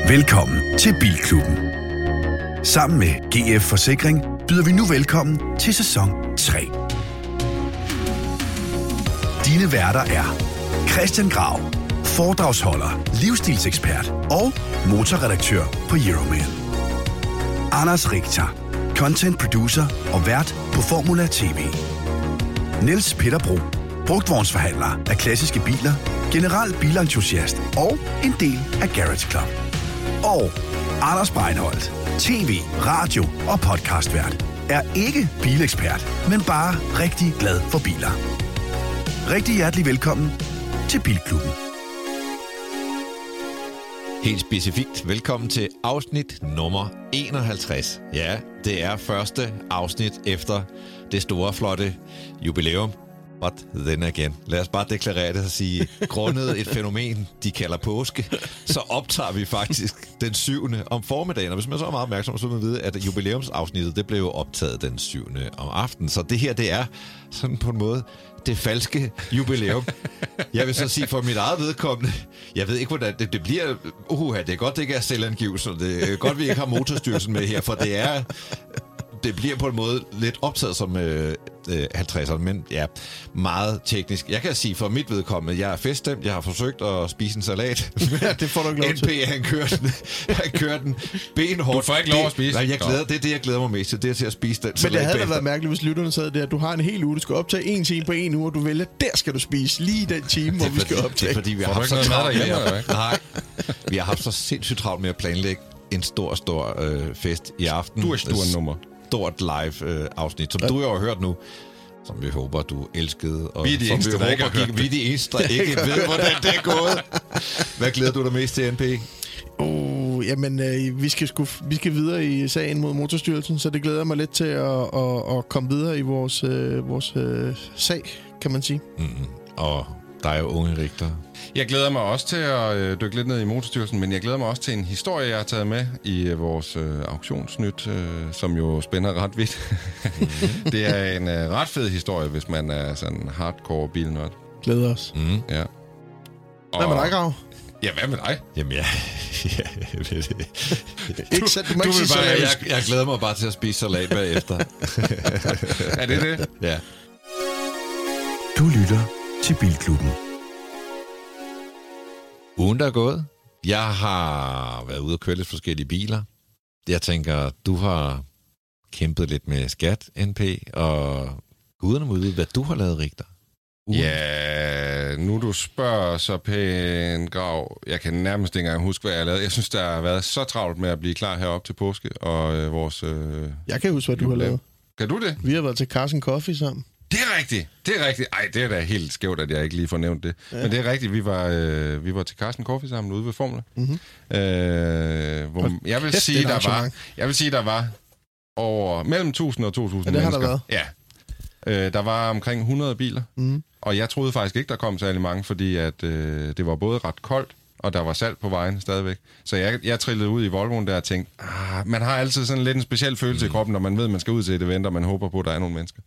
Velkommen til Bilklubben. Sammen med GF Forsikring byder vi nu velkommen til sæson 3. Dine værter er Christian Grav, foredragsholder, livsstilsekspert og motorredaktør på Euroman. Anders Richter, content producer og vært på Formula TV. Niels Peter Bro, brugtvognsforhandler af klassiske biler, general bilentusiast og en del af Garage Club. Og Anders Breinholt, tv, radio og podcastvært, er ikke bilekspert, men bare rigtig glad for biler. Rigtig hjertelig velkommen til Bilklubben. Helt specifikt velkommen til afsnit nummer 51. Ja, det er første afsnit efter det store, flotte jubilæum. But then again. Lad os bare deklarere det og sige, grundet et fænomen, de kalder påske, så optager vi faktisk den 7. om formiddagen. Og hvis man så er meget opmærksom, så vil man vide, at jubilæumsafsnittet, det blev optaget den 7. om aftenen. Så det her, det er sådan på en måde det falske jubilæum. Jeg vil så sige for mit eget vedkommende, jeg ved ikke, hvordan det bliver. Det er godt, det ikke er selvangivelse. Det er godt, vi ikke har Motorstyrelsen med her, for det bliver på en måde lidt optaget som 50'erne, men ja, meget teknisk. Jeg kan sige for mit vedkommende, jeg er feststemt, jeg har forsøgt at spise en salat. Det får du ikke lov til. NP, han kører den benhårdt. Du får ikke lov at spise. Nej, det er det, jeg glæder mig mest til, det er til at spise den salat. Men det havde da været mærkeligt, hvis lytterne sad der. Du har en hel uge, du skal optage en time på en uge, og du vælger, der skal du spise lige den time, hvor vi skal optage. Det er fordi, vi har haft så travlt med nej, vi har haft så sindssygt travlt med at planlægge en stor fest i aften. Stort nummer. Stort live-afsnit, som du jo har hørt nu, som vi håber, du elskede. Og vi er de eneste, der ikke har hørt det. Vi er de eneste, der ikke ved, hvordan det er gået. Hvad glæder du dig mest til, NP? Jamen, vi skal videre i sagen mod Motorstyrelsen, så det glæder mig lidt til at komme videre i vores sag, kan man sige. Og der er jo unge Richter. Jeg glæder mig også til at dykke lidt ned i Motorstyrelsen, men jeg glæder mig også til en historie, jeg har taget med i vores auktionsnyt, som jo spænder ret vidt. Det er en ret fed historie, hvis man er sådan hardcore bilnørd. Glæder os. Ja. Hvad med dig, Grav? Ja, hvad med dig? Jamen, jeg ved det. Jeg glæder mig bare til at spise salat bagefter. Er det det? Ja. Du lytter til Bilklubben. Ugen, der er gået. Jeg har været ude og køre lidt forskellige biler. Jeg tænker, du har kæmpet lidt med skat, NP, og guderne må vide, hvad du har lavet, Richter. Ja, nu du spørger så pænt, Grav. Jeg kan nærmest ikke engang huske, hvad jeg har lavet. Jeg synes, der har været så travlt med at blive klar herop til påske, og vores... Jeg kan huske, hvad du har lavet. Kan du det? Vi har været til Carson Coffee sammen. Det er rigtigt. Ej, det er da helt skævt, at jeg ikke lige får nævnt det. Ja. Men det er rigtigt, vi var til Carson Coffee sammen ude ved Formula. Hvor jeg vil sige, der var over mellem 1000 og 2000 mennesker. Det har der været. Ja. Der var omkring 100 biler, og jeg troede faktisk ikke, der kom særlig mange, fordi at, det var både ret koldt, og der var salt på vejen stadigvæk. Så jeg trillede ud i Volvoen der og tænkte, man har altid sådan lidt en speciel følelse i kroppen, når man ved, at man skal ud til et event, og man håber på, at der er nogle mennesker.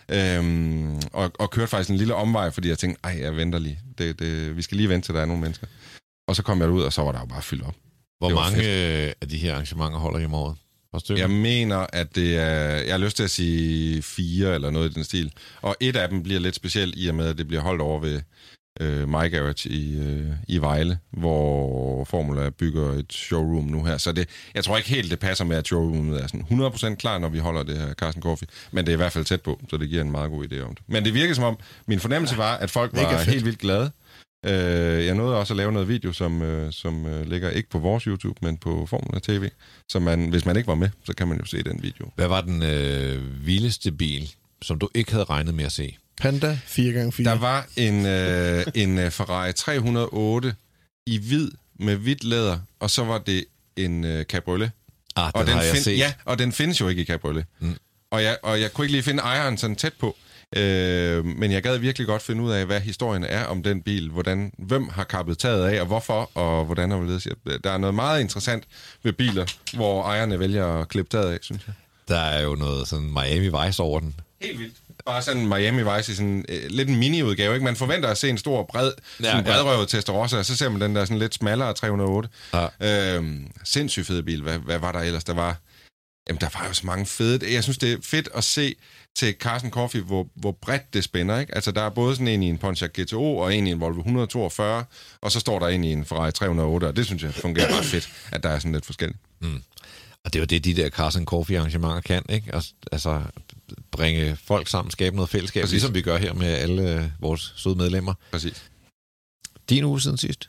Og kørte faktisk en lille omvej, fordi jeg tænkte, jeg venter lige. Vi skal lige vente til, der er nogle mennesker. Og så kom jeg ud, og så var der jo bare fyldt op. Hvor mange af de her arrangementer holder I om året? Jeg mener, at det er... Jeg har lyst til at sige 4 eller noget i den stil. Og et af dem bliver lidt specielt i og med, at det bliver holdt over ved My Garage i Vejle, hvor Formula bygger et showroom nu her. Så jeg tror ikke helt, det passer med, at showroomet er sådan 100% klar, når vi holder det her Carson Coffee. Men det er i hvert fald tæt på, så det giver en meget god idé om det. Men det virker som om, min fornemmelse var, at folk var helt vildt glade. Jeg nåede også at lave noget video, som ligger ikke på vores YouTube, men på Formula TV. Så hvis man ikke var med, så kan man jo se den video. Hvad var den vildeste bil, som du ikke havde regnet med at se? Panda 4x4. Der var en Ferrari 308 i hvid med hvidt læder, og så var det en cabriolet. Og den har jeg set. Ja, og den findes jo ikke i cabriolet. Og jeg kunne ikke lige finde ejeren sådan tæt på. Men jeg gad virkelig godt finde ud af, hvad historien er om den bil, hvem har kappet taget af, og hvorfor, og hvordan og hvorledes. Der er noget meget interessant ved biler, hvor ejerne vælger at klippe taget af, synes jeg. Der er jo noget sådan Miami Vice over den. Helt vildt. Bare sådan en Miami Vice i sådan lidt en mini-udgave, ikke? Man forventer at se en stor, bredrøvet Testarossa, og så ser man den der sådan lidt smallere 308. Ja. Sindssygt fed bil. Hvad var der ellers? Der var jo så mange fede. Jeg synes, det er fedt at se til Carsten Coffey, hvor bredt det spænder, ikke? Altså, der er både sådan en i en Pontiac GTO, og en i en Volvo 142, og så står der en i en Ferrari 308, og det synes jeg fungerer ret fedt, at der er sådan lidt forskelligt. Mm. Og det er jo det, de der Carsten Coffey-arrangementer kan, ikke? Altså, bringe folk sammen, skabe noget fællesskab, præcis. Ligesom vi gør her med alle vores søde medlemmer. Præcis. Din uge siden sidst?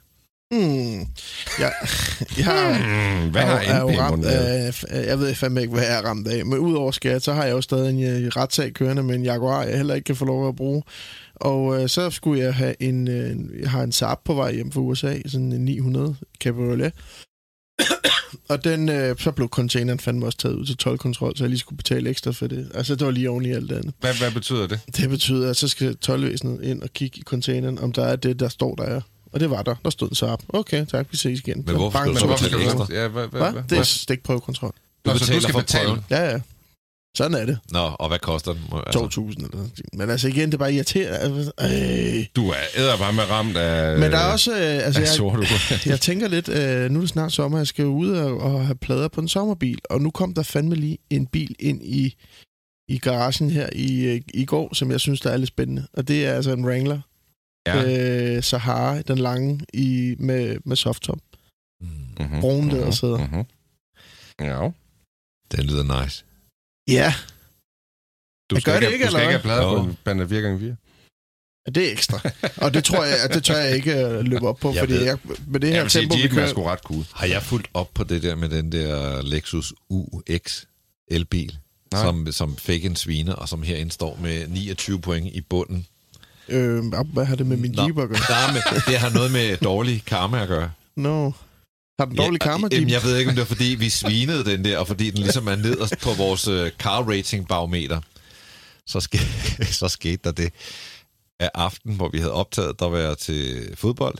Hvad har jeg jo ramt af? Jeg ved fandme ikke, hvad jeg er ramt af. Men udover skat, så har jeg jo stadig en retssag kørende med en Jaguar, jeg heller ikke kan få lov at bruge. Og så skulle jeg have jeg har en Saab på vej hjem fra USA, sådan en 900 Cabriolet. Og den, så blev containeren fandme også taget ud til toldkontrol, så jeg lige skulle betale ekstra for det. Altså, det var lige oven i alt det andet. Hvad betyder det? Det betyder, at så skal toldvæsenet ind og kigge i containeren, om der er det, der står der er. Og det var der. Der stod en Saab. Okay, tak, vi ses igen. Men hvorfor skal du betale ekstra? Ja, hvad? Det er stikprøvekontrol. Du skal betale? Ja. Sådan er det. Nå, og hvad koster den? 2.000 eller sådan. Men altså igen, det er bare irriterende. Du er edderbare med ramt af... Men der er også... jeg tænker lidt... nu er det snart sommer, jeg skal ud og have plader på en sommerbil. Og nu kom der fandme lige en bil ind i garagen her i går, som jeg synes, der er lidt spændende. Og det er altså en Wrangler. Ja. Sahara, den lange med softtop. Brun der sidder. Ja. Den lyder nice. Ja. Du skal ikke have plader på en Panda 4x4. Ja, det er ekstra. Og det tror jeg, det tør jeg ikke løbe op på, fordi med det her tempo, vi kører... sgu ret cool. Har jeg fulgt op på det der med den der Lexus UX elbil, som fik en sviner, og som herinde står med 29 point i bunden? Hvad har det med min Jeep at gøre? Det har noget med dårlig karma at gøre. No. Har den dårlig karma, Jeep? Jeg ved ikke, om det var, fordi vi svinede den der, og fordi den ligesom er nederst på vores car rating barometer. Så skete der det. Af aften, hvor vi havde optaget, der var jeg til fodbold.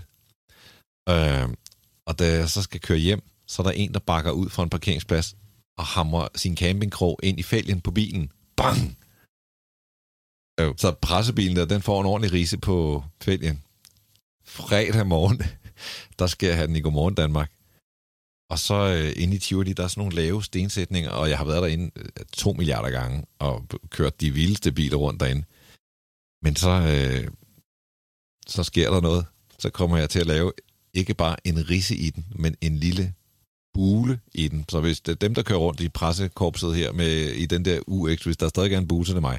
Og da jeg så skal køre hjem, så er der en, der bakker ud fra en parkeringsplads og hamrer sin campingkrog ind i fælgen på bilen. Bang! Så pressebilen der, den får en ordentlig rise på fælgen. Fredag morgen, der skal jeg have den i Godmorgen Danmark. Og så inde i Tivoli, der er sådan nogle lave stensætninger, og jeg har været derinde 2 milliarder gange og kørt de vildeste biler rundt derinde. Men så sker der noget. Så kommer jeg til at lave ikke bare en ridse i den, men en lille bule i den. Så hvis det er dem, der kører rundt i pressekorpset her i den der UX, hvis der stadig er en bule, så er det mig.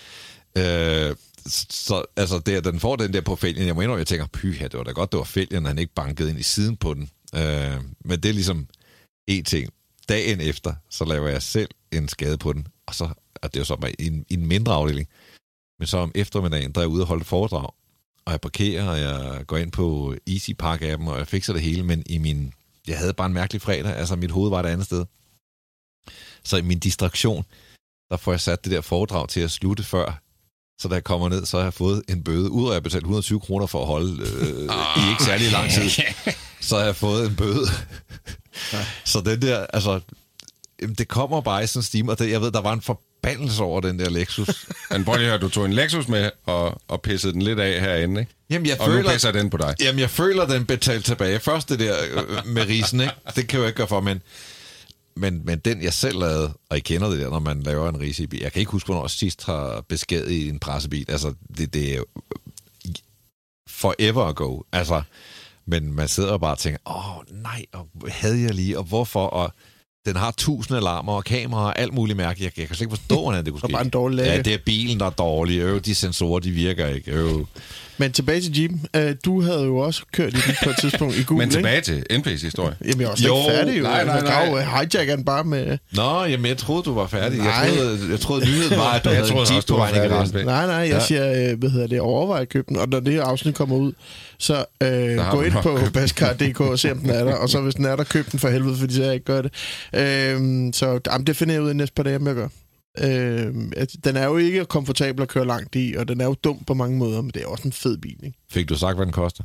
Så altså, den får den der på fælgen. Jeg må indrømme, jeg tænker, det var da godt, det var fælgen, han ikke bankede ind i siden på den. Men det er ligesom en ting. Dagen efter, så laver jeg selv en skade på den, og det er jo så bare i en mindre afdeling. Men så om eftermiddagen, der er jeg ude og holde foredrag, og jeg parkerer, og jeg går ind på Easy Park-appen, og jeg fikser det hele, men jeg havde bare en mærkelig fredag, altså mit hoved var et andet sted. Så i min distraktion, der får jeg sat det der foredrag til at slutte før, så da jeg kommer ned, så har jeg fået en bøde. Ud af at jeg betalt 120 kroner for at holde i ikke særlig lang tid, så har jeg fået en bøde. Så den der, altså, det kommer bare i sådan en stime, og jeg ved, der var en forbandelse over den der Lexus. Men prøv lige at du tog en Lexus med og pissede den lidt af herinde, ikke? Jamen, nu pisser den på dig. Jamen, jeg føler, den betalt tilbage. Først det der med risen, ikke? Det kan jeg jo ikke gøre for, men den, jeg selv lavede, og I kender det der, når man laver en rise i bil. Jeg kan ikke huske, hvornår jeg sidst har beskadiget en pressebil. Altså, det er forever ago. Altså, men man sidder og bare tænker, nej, og havde jeg lige, og hvorfor, og den har 1000 alarmer og kameraer og alt muligt mærke. Jeg kan slet ikke forstå, hvordan det kunne ske. Og bare en dårlig læge. Ja, det er bilen, der er dårlig. De sensorer, de virker ikke. Men tilbage til Jeep. Du havde jo også kørt i den på et tidspunkt i Google, men tilbage til NP's historie. Jamen, jeg er også ikke færdig. Nej. Hijacker den bare med... Nå, jamen, jeg troede, du var færdig. Jeg troede nyheden var, at du havde en Jeep på vejen i garagen. Nej, jeg siger, overvej at købe den. Og når det her afsnit kommer ud, så gå ind på Baskar.dk og se, om den er der. Og så hvis den er der, køb den for helvede, fordi så jeg ikke gør det. Så det finder jeg ud af næste par dage, om jeg gør. Den er jo ikke komfortabel at køre langt i, og den er jo dum på mange måder, men det er også en fed bil, ikke? Fik du sagt, hvad den koster?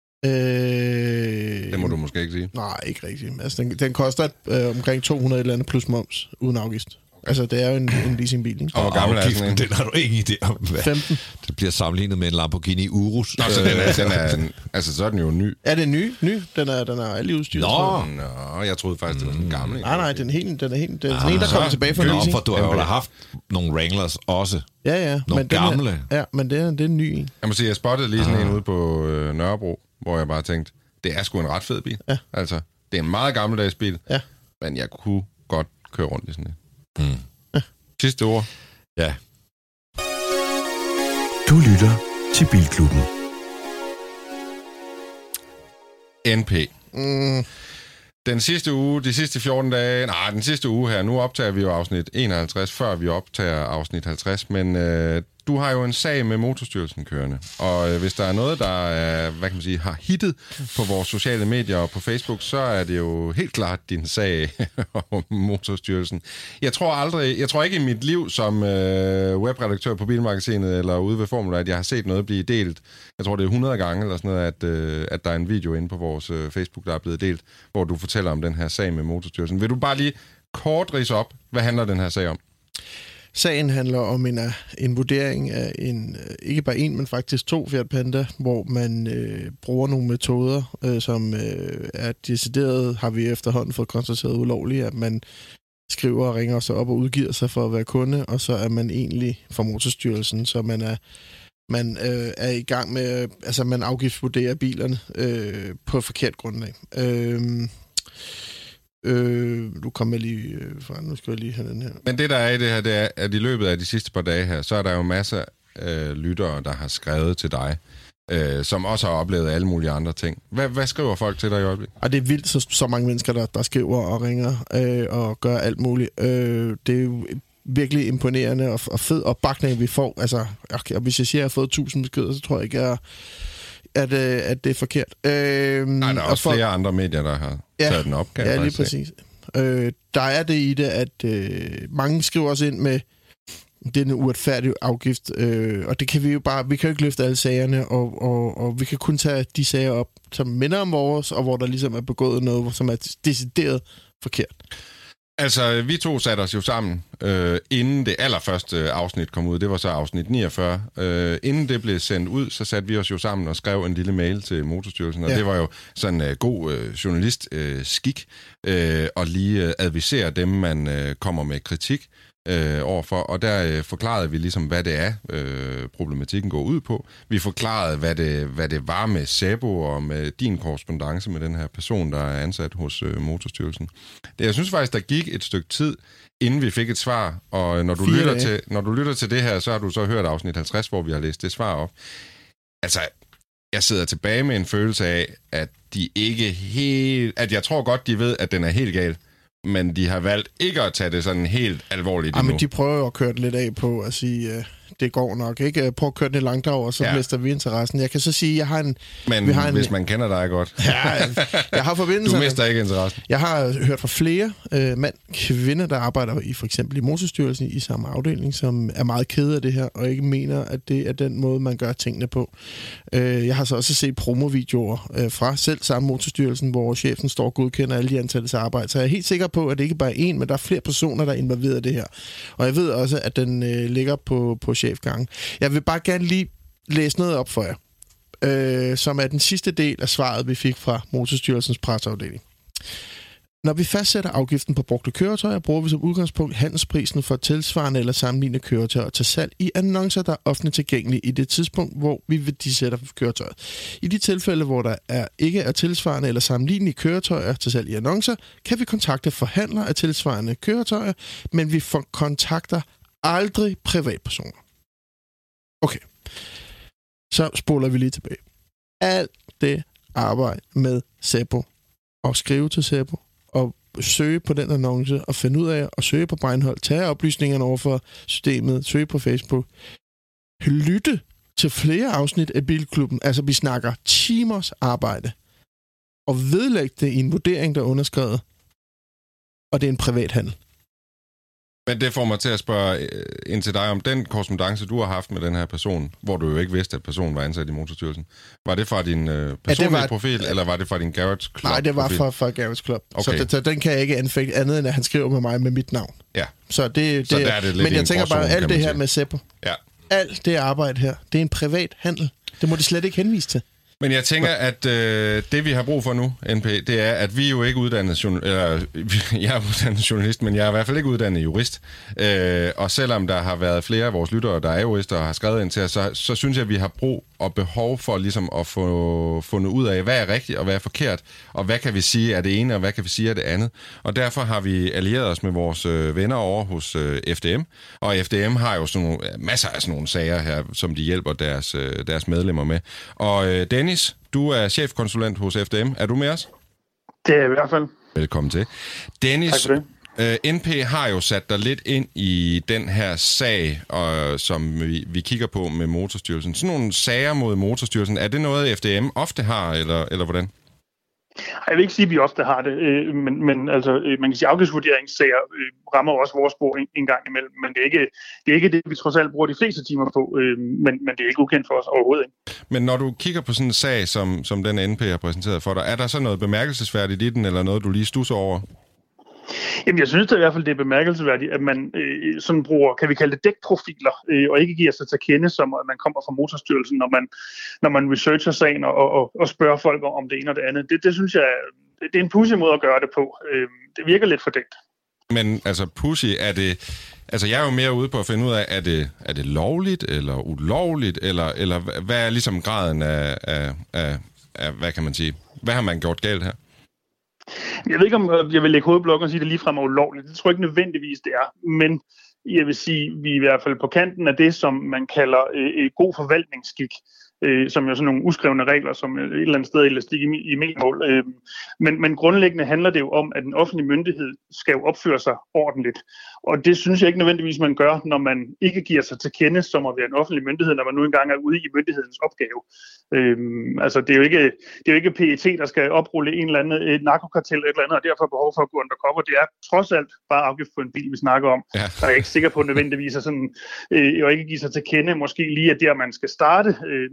Det må du måske ikke sige. Nej, ikke rigtigt. Altså, den koster omkring 200 eller andet plus moms, uden afgift. Altså, det er jo en leasingbil, ikke? Og hvor gammel er den? Den har du ingen idé om. 15. Det bliver sammenlignet med en Lamborghini Urus. Nå, så altså, så er den jo ny. Ja, det er ny. Den er aldrig udstyret. Nå, jeg troede faktisk, det var en gammel. Nej, den er helt... Den er en, der kommer tilbage fra leasing. For du har jo haft nogle Wranglers også. Ja. Nogle gamle. Men det er en ny en. Jeg må sige, jeg spottede lige sådan en ude på Nørrebro, hvor jeg bare tænkte, det er sgu en ret fed bil. Ja. Altså, det er en meget gammeldags bil, men jeg kunne godt køre rundt i sådan en. Ja. Sidste ord. Ja. Du lytter til Bilklubben. NP. Den sidste uge, de sidste 14 dage, den sidste uge her, nu optager vi jo afsnit 51, før vi optager afsnit 50, men du har jo en sag med Motorstyrelsen kørende, og hvis der er noget, der hvad kan man sige, har hittet på vores sociale medier og på Facebook, så er det jo helt klart din sag om Motorstyrelsen. Jeg tror ikke i mit liv som webredaktør på Bilmagasinet eller ude ved Formula, at jeg har set noget blive delt. Jeg tror, det er 100 gange eller sådan noget, at der er en video inde på vores Facebook, der er blevet delt, hvor du fortæller om den her sag med Motorstyrelsen. Vil du bare lige kort ridse op, hvad handler den her sag om? Sagen handler om en vurdering af ikke bare en, men faktisk 2 Fiat Panda, hvor man bruger nogle metoder, som er decideret, har vi efterhånden fået konstateret ulovligt, at man skriver og ringer sig op og udgiver sig for at være kunde, og så er man egentlig fra Motorstyrelsen, så man er i gang med, altså man afgiftsvurderer bilerne på et forkert grundlag. Nu kommer jeg lige fra, nu skal jeg lige have den her. Men det der er i det her, det er, at i løbet af de sidste par dage her, så er der jo masser af lyttere, der har skrevet til dig, som også har oplevet alle mulige andre ting. Hvad skriver folk til dig i øjeblikket? Det er vildt, så mange mennesker, der skriver og ringer og gør alt muligt. Det er jo virkelig imponerende og fed opbakning, vi får. Altså, hvis jeg siger, at jeg har fået 1000 beskeder, så tror jeg ikke, at det er forkert. Nej, der er også flere andre medier, der har taget den op. Ja, lige præcis. Der er det i det, at mange skriver også ind med den uretfærdige afgift, og det kan vi jo bare, vi kan jo ikke løfte alle sagerne, og vi kan kun tage de sager op, som minder om vores, og hvor der ligesom er begået noget, som er decideret forkert. Altså, vi to satte os jo sammen, inden det allerførste afsnit kom ud. Det var så afsnit 49. Inden det blev sendt ud, så satte vi os jo sammen og skrev en lille mail til Motorstyrelsen. Og det var jo sådan en god journalist-skik at lige advisere dem, man kommer med kritik overfor. Og der forklarede vi ligesom, hvad det er, problematikken går ud på. Vi forklarede, hvad det var med Sebo og med din korrespondance med den her person, der er ansat hos Motorstyrelsen. Jeg synes faktisk, der gik et stykke tid, inden vi fik et svar. Og når du lytter til det her, så har du så hørt afsnit 50, hvor vi har læst det svar op. Altså, jeg sidder tilbage med en følelse af, at de ikke helt... At jeg tror godt, de ved, at den er helt gal. Men de har valgt ikke at tage det sådan helt alvorligt endnu. Men de prøver jo at køre det lidt af på at sige, det går nok ikke. Prøv at køre det langt over, så mister vi interessen. Jeg kan så sige, jeg har en... Men hvis man kender dig godt... Ja, jeg har forbindelser. Du mister ikke interessen. Jeg har hørt fra flere kvinder, der arbejder i for eksempel i Motorstyrelsen i samme afdeling, som er meget kede af det her, og ikke mener, at det er den måde, man gør tingene på. Jeg har så også set promovideoer fra selv samme Motorstyrelsen, hvor chefen står og godkender alle de ansattes arbejde. Så jeg er helt sikker på, at det ikke bare er én, men der er flere personer, der er involveret i det her. Og jeg ved også, at den ligger på chefgangen. Jeg vil bare gerne lige læse noget op for jer, som er den sidste del af svaret, vi fik fra Motorstyrelsens presseafdeling. Når vi fastsætter afgiften på brugte køretøjer, bruger vi som udgangspunkt handelsprisen for tilsvarende eller sammenlignende køretøjer til salg i annoncer, der er offentligt tilgængelige i det tidspunkt, hvor vi værdisætter køretøjet. I de tilfælde, hvor der ikke er tilsvarende eller sammenlignelige køretøjer til salg i annoncer, kan vi kontakte forhandlere af tilsvarende køretøjer, men vi kontakter aldrig privatpersoner. Okay. Så spoler vi lige tilbage. Alt det arbejde med Sebo, og skrive til Sebo, og søge på den annonce, og finde ud af at søge på Breinholt, tage oplysningerne over for systemet, søge på Facebook, lytte til flere afsnit af Bilklubben, altså vi snakker timers arbejde, og vedlægge det i en vurdering, der er underskrevet, og det er en privat handel. Men det får mig til at spørge ind til dig om den korrespondance, du har haft med den her person, hvor du jo ikke vidste, at personen var ansat i Motorstyrelsen. Var det fra din personlige profil, eller var det fra din Garage Club? Nej, det var fra Garage Club. Okay. Så den kan jeg ikke anfægte andet, end at han skriver med mig med mit navn. Ja. Så det der er det lidt. Men jeg tænker bare, alt det her med Seppo, alt det arbejde her, det er en privat handel. Det må de slet ikke henvise til. Men jeg tænker, at det vi har brug for nu, NP, det er, at vi jo ikke uddannet jeg er uddannet journalist, men jeg er i hvert fald ikke uddannet jurist. Og selvom der har været flere af vores lyttere, der er jurister og har skrevet ind til os, så synes jeg, at vi har brug og behov for ligesom at få fundet ud af, hvad er rigtigt og hvad er forkert, og hvad kan vi sige af det ene, og hvad kan vi sige af det andet. Og derfor har vi allieret os med vores venner over hos FDM, og FDM har jo masser af sådan nogle sager her, som de hjælper deres medlemmer med. Og Dennis, du er chefkonsulent hos FDM. Er du med os? Det er i hvert fald. Velkommen til. Dennis, tak for det. NP har jo sat dig lidt ind i den her sag, som vi kigger på med Motorstyrelsen. Sådan nogle sager mod Motorstyrelsen, er det noget, FDM ofte har, eller hvordan? Jeg vil ikke sige, at vi ofte har det, men altså, man kan sige, at afgiftsvurderingssager rammer også vores spor en gang imellem, men det er ikke det, vi trods alt bruger de fleste timer på, men det er ikke ukendt for os overhovedet. Ikke? Men når du kigger på sådan en sag, som den NP har præsenteret for dig, er der så noget bemærkelsesværdigt i den, eller noget, du lige stusser over? Jamen, jeg synes da i hvert fald, det er bemærkelsesværdigt, at man sådan bruger, kan vi kalde det dækprofiler, og ikke giver sig til kende, som at man kommer fra Motorstyrelsen, når man researcher sagen og spørger folk om det ene og det andet. Det synes jeg, det er en pudsig måde at gøre det på. Det virker lidt fordækt. Men altså pudsig, er det... Altså, jeg er jo mere ude på at finde ud af, er det lovligt eller ulovligt, eller hvad er ligesom graden af, hvad kan man sige, hvad har man gjort galt her? Jeg ved ikke, om jeg vil lægge hovedblokken og sige, at det ligefrem er ulovligt. Det tror jeg ikke nødvendigvis, det er. Men jeg vil sige, at vi er i hvert fald på kanten af det, som man kalder god forvaltningsskik. Som jo sådan nogle uskrevne regler, som et eller andet sted elastik i metermål. Men grundlæggende handler det jo om, at en offentlig myndighed skal jo opføre sig ordentligt. Og det synes jeg ikke nødvendigvis, man gør, når man ikke giver sig til kende, som at være en offentlig myndighed, når man nu engang er ude i myndighedens opgave. Altså, det er jo ikke PET, der skal oprulle en eller anden et narkokartel eller et eller andet, og derfor behov for at gå undercover. Det er trods alt bare afgift på en bil, vi snakker om. Ja. Der er jeg ikke sikker på nødvendigvis at sådan, og ikke give sig til kende, måske lige at der man skal starte,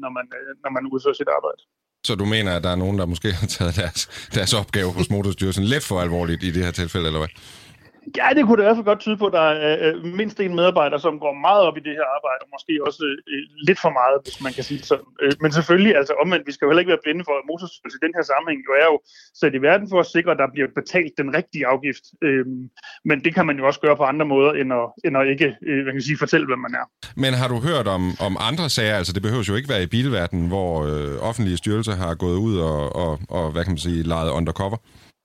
når man udfører sit arbejde. Så du mener, at der er nogen, der måske har taget deres opgave hos Motorstyrelsen lidt for alvorligt i det her tilfælde, eller hvad? Ja, det kunne det i hvert fald godt tyde på. Der er mindst en medarbejder, som går meget op i det her arbejde, og måske også lidt for meget, hvis man kan sige det sådan. Men selvfølgelig, altså omvendt, vi skal jo heller ikke være blinde for, at Motorstyrelsen i den her sammenhæng jo er jo sat i verden for at sikre, at der bliver betalt den rigtige afgift. Men det kan man jo også gøre på andre måder, end at ikke fortælle, hvem man er. Men har du hørt om andre sager? Altså det behøver jo ikke være i bilverdenen, hvor offentlige styrelser har gået ud og hvad kan man sige, lejet undercover?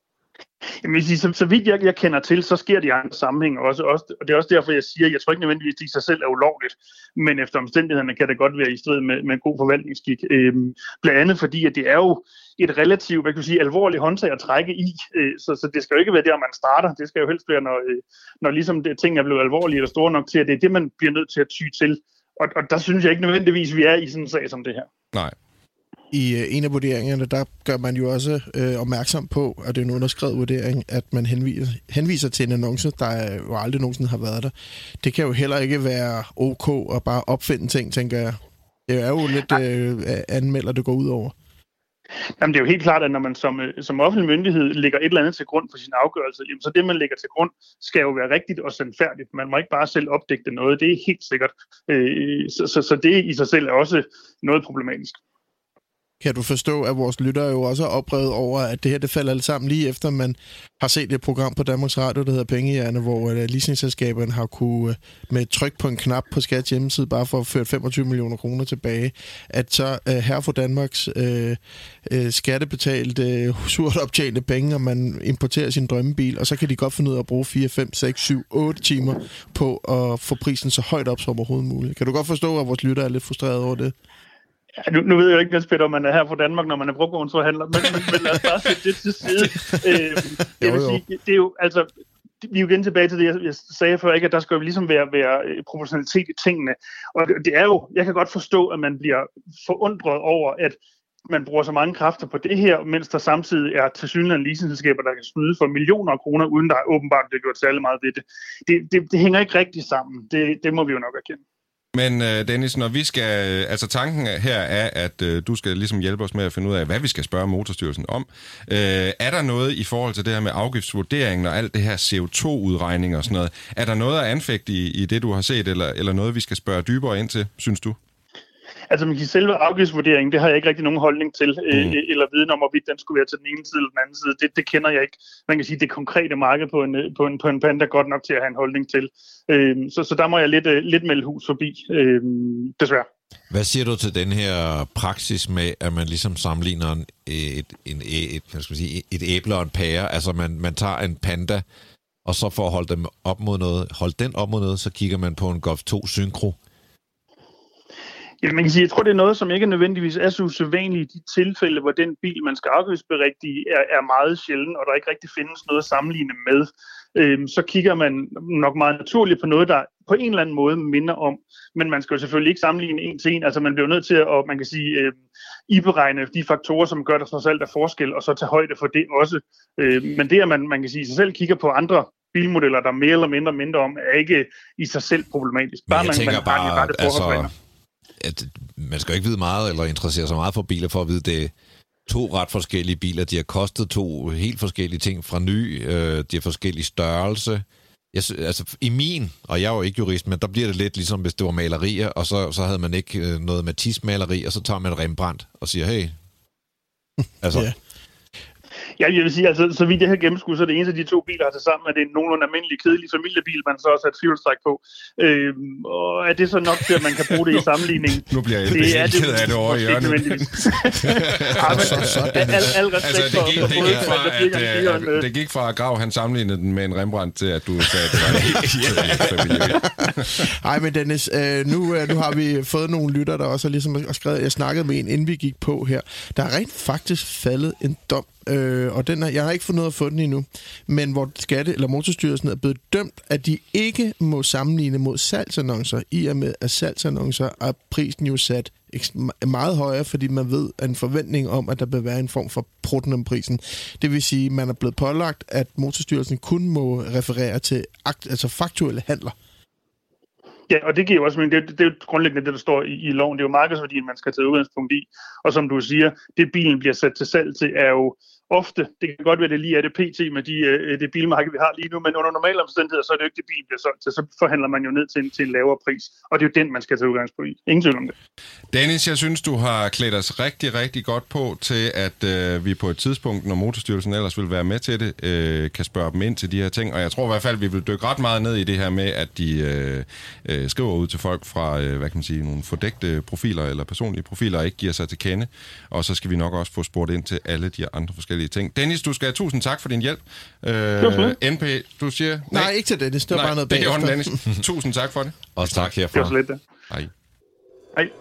Jamen, så vidt jeg kender til, så sker det i andre sammenhænge også, og det er også derfor, jeg siger, at jeg tror ikke nødvendigvis, at det i sig selv er ulovligt, men efter omstændighederne kan det godt være i strid med god forvaltningsskik. Blandt andet fordi, at det er jo et relativt, alvorligt håndtag at trække i, så det skal jo ikke være der, man starter. Det skal jo helst være, når ligesom ting er blevet alvorlige eller store nok til, at det er det, man bliver nødt til at ty til. Og der synes jeg ikke nødvendigvis, vi er i sådan en sag som det her. Nej. I en af vurderingerne, der gør man jo også opmærksom på, og det er en underskrevet vurdering, at man henviser til en annonce, der jo aldrig nogensinde har været der. Det kan jo heller ikke være ok at bare opfinde ting, tænker jeg. Det er jo lidt anmelder, det går ud over. Jamen, det er jo helt klart, at når man som offentlig myndighed lægger et eller andet til grund for sin afgørelse, jamen, så det, man lægger til grund, skal jo være rigtigt og sandfærdigt. Man må ikke bare selv opdægte noget. Det er helt sikkert. Så det i sig selv er også noget problematisk. Kan du forstå, at vores lyttere jo også er oprevet over, at det her det falder alt sammen lige efter, man har set et program på Danmarks Radio, der hedder Pengehjerne, hvor leasingselskaberne har kunne med et tryk på en knap på Skats hjemmeside, bare for at føre 25 millioner kroner tilbage, at så her for Danmarks skattebetalt surt optjente penge, og man importerer sin drømmebil, og så kan de godt finde ud af at bruge 4, 5, 6, 7, 8 timer på at få prisen så højt op som overhovedet muligt. Kan du godt forstå, at vores lyttere er lidt frustreret over det? Ja, nu ved jeg jo ikke, Niels Peter, om man er her fra Danmark, når man er brugvognsforhandler, men lad os bare sætte det til side. Jeg vil sige, det er jo, altså, vi er jo igen tilbage til det, jeg sagde før, ikke, at der skal jo ligesom være proportionalitet i tingene. Og det er jo, jeg kan godt forstå, at man bliver forundret over, at man bruger så mange kræfter på det her, mens der samtidig er tilsyneladende leasingselskaber, der kan snyde for millioner af kroner, uden der åbenbart bliver gjort særlig meget ved det. Det hænger ikke rigtig sammen. Det må vi jo nok erkende. Men Dennis, når vi skal, altså tanken her er, at du skal ligesom hjælpe os med at finde ud af, hvad vi skal spørge Motorstyrelsen om. Er der noget i forhold til det her med afgiftsvurderingen og alt det her CO2-udregning og sådan noget? Er der noget at anfægte i det, du har set, eller noget, vi skal spørge dybere ind til, synes du? Altså, man kan sige, selve afgiftsvurderingen, det har jeg ikke rigtig nogen holdning til, eller viden om, hvorvidt den skulle være til den ene side eller den anden side. Det kender jeg ikke. Man kan sige, det konkrete marked på en Panda er godt nok til at have en holdning til. Så der må jeg lidt melde hus forbi, desværre. Hvad siger du til den her praksis med, at man ligesom sammenligner et æble og en pære? Altså, man tager en Panda, og så for at holde den op mod noget, så kigger man på en Golf 2 Syncro. Ja, man kan sige, jeg tror, det er noget, som ikke nødvendigvis er så usædvanligt i de tilfælde, hvor den bil, man skal afgiftsberigtige, er meget sjælden, og der ikke rigtig findes noget at sammenligne med. Så kigger man nok meget naturligt på noget, der på en eller anden måde minder om, men man skal jo selvfølgelig ikke sammenligne en til en. Altså man bliver nødt til at, man kan sige, iberegne de faktorer, som gør der trods alt er forskel, og så tage højde for det også. Men det, at man kan sige, sig selv kigger på andre bilmodeller, der mere eller mindre om, er ikke i sig selv problematisk. Men jeg tænker bare det altså, at man skal jo ikke vide meget, eller interessere sig meget for biler, for at vide, det er 2 ret forskellige biler. De har kostet 2 helt forskellige ting fra ny. De har forskellige størrelse. Altså i min, og jeg er jo ikke jurist, men der bliver det lidt ligesom, hvis det var malerier, og så havde man ikke noget Matisse-maleri, og så tager man Rembrandt og siger, hey. Altså... Yeah. Ja, jeg vil sige, altså, så vidt jeg har gennemskudt, så er det eneste af de 2 biler har til sammen, at det er en nogenlunde almindelig, kedelig familiebil, man så også har et fjolstræk på. Og er det så nok til, at man kan bruge det i sammenligning? Nu bliver jeg helt ked af det over i hjørnet. Det gik fra at Grav, han sammenlignede den med en Rembrandt, til at du sagde, at det var en familiebil. Ej, men Dennis, nu har vi fået nogle lytter, der også har ligesom skrevet, jeg snakkede med en, inden vi gik på her. Der er rent faktisk faldet en dom, og jeg har ikke fundet noget at få den endnu, men hvor Motorstyrelsen er blevet dømt, at de ikke må sammenligne mod salgsannoncer, i og med at salgsannoncer er prisen jo sat meget højere, fordi man ved en forventning om, at der vil være en form for prutten om prisen. Det vil sige, at man er blevet pålagt, at Motorstyrelsen kun må referere til faktuelle handler. Ja, og det giver jo også, men det er jo grundlæggende det, der står i loven. Det er jo markedsværdien, man skal tage udgangspunkt i. Og som du siger, det bilen bliver sat til salg til, er jo ofte, det kan godt være, det lige er det pt. Med det bilmarked, vi har lige nu, men under normale omstændigheder, så er det jo ikke det, bilen bliver solgt til. Så forhandler man jo ned til en lavere pris. Og det er jo den, man skal tage udgangspunkt i. Ingen tvivl om det. Dennis, jeg synes, du har klædt os rigtig, rigtig godt på til, at vi på et tidspunkt, når Motorstyrelsen ellers vil være med til det, kan spørge dem ind til de her ting. Og jeg tror i hvert fald, vi vil dykke ret meget ned i det her med, at de skriver ud til folk fra, hvad kan man sige, nogle fordækte profiler eller personlige profiler, og ikke giver sig til kende. Og så skal vi nok også få spurgt ind til alle de andre forskellige ting. Dennis, du skal have 1000 tak for din hjælp. NP, du siger... Nej, ikke til Dennis. Det var bare noget bagefter. Det er Dennis. 1000 tak for det. Og tak herfra. Det var så lidt det. Hej. Hej.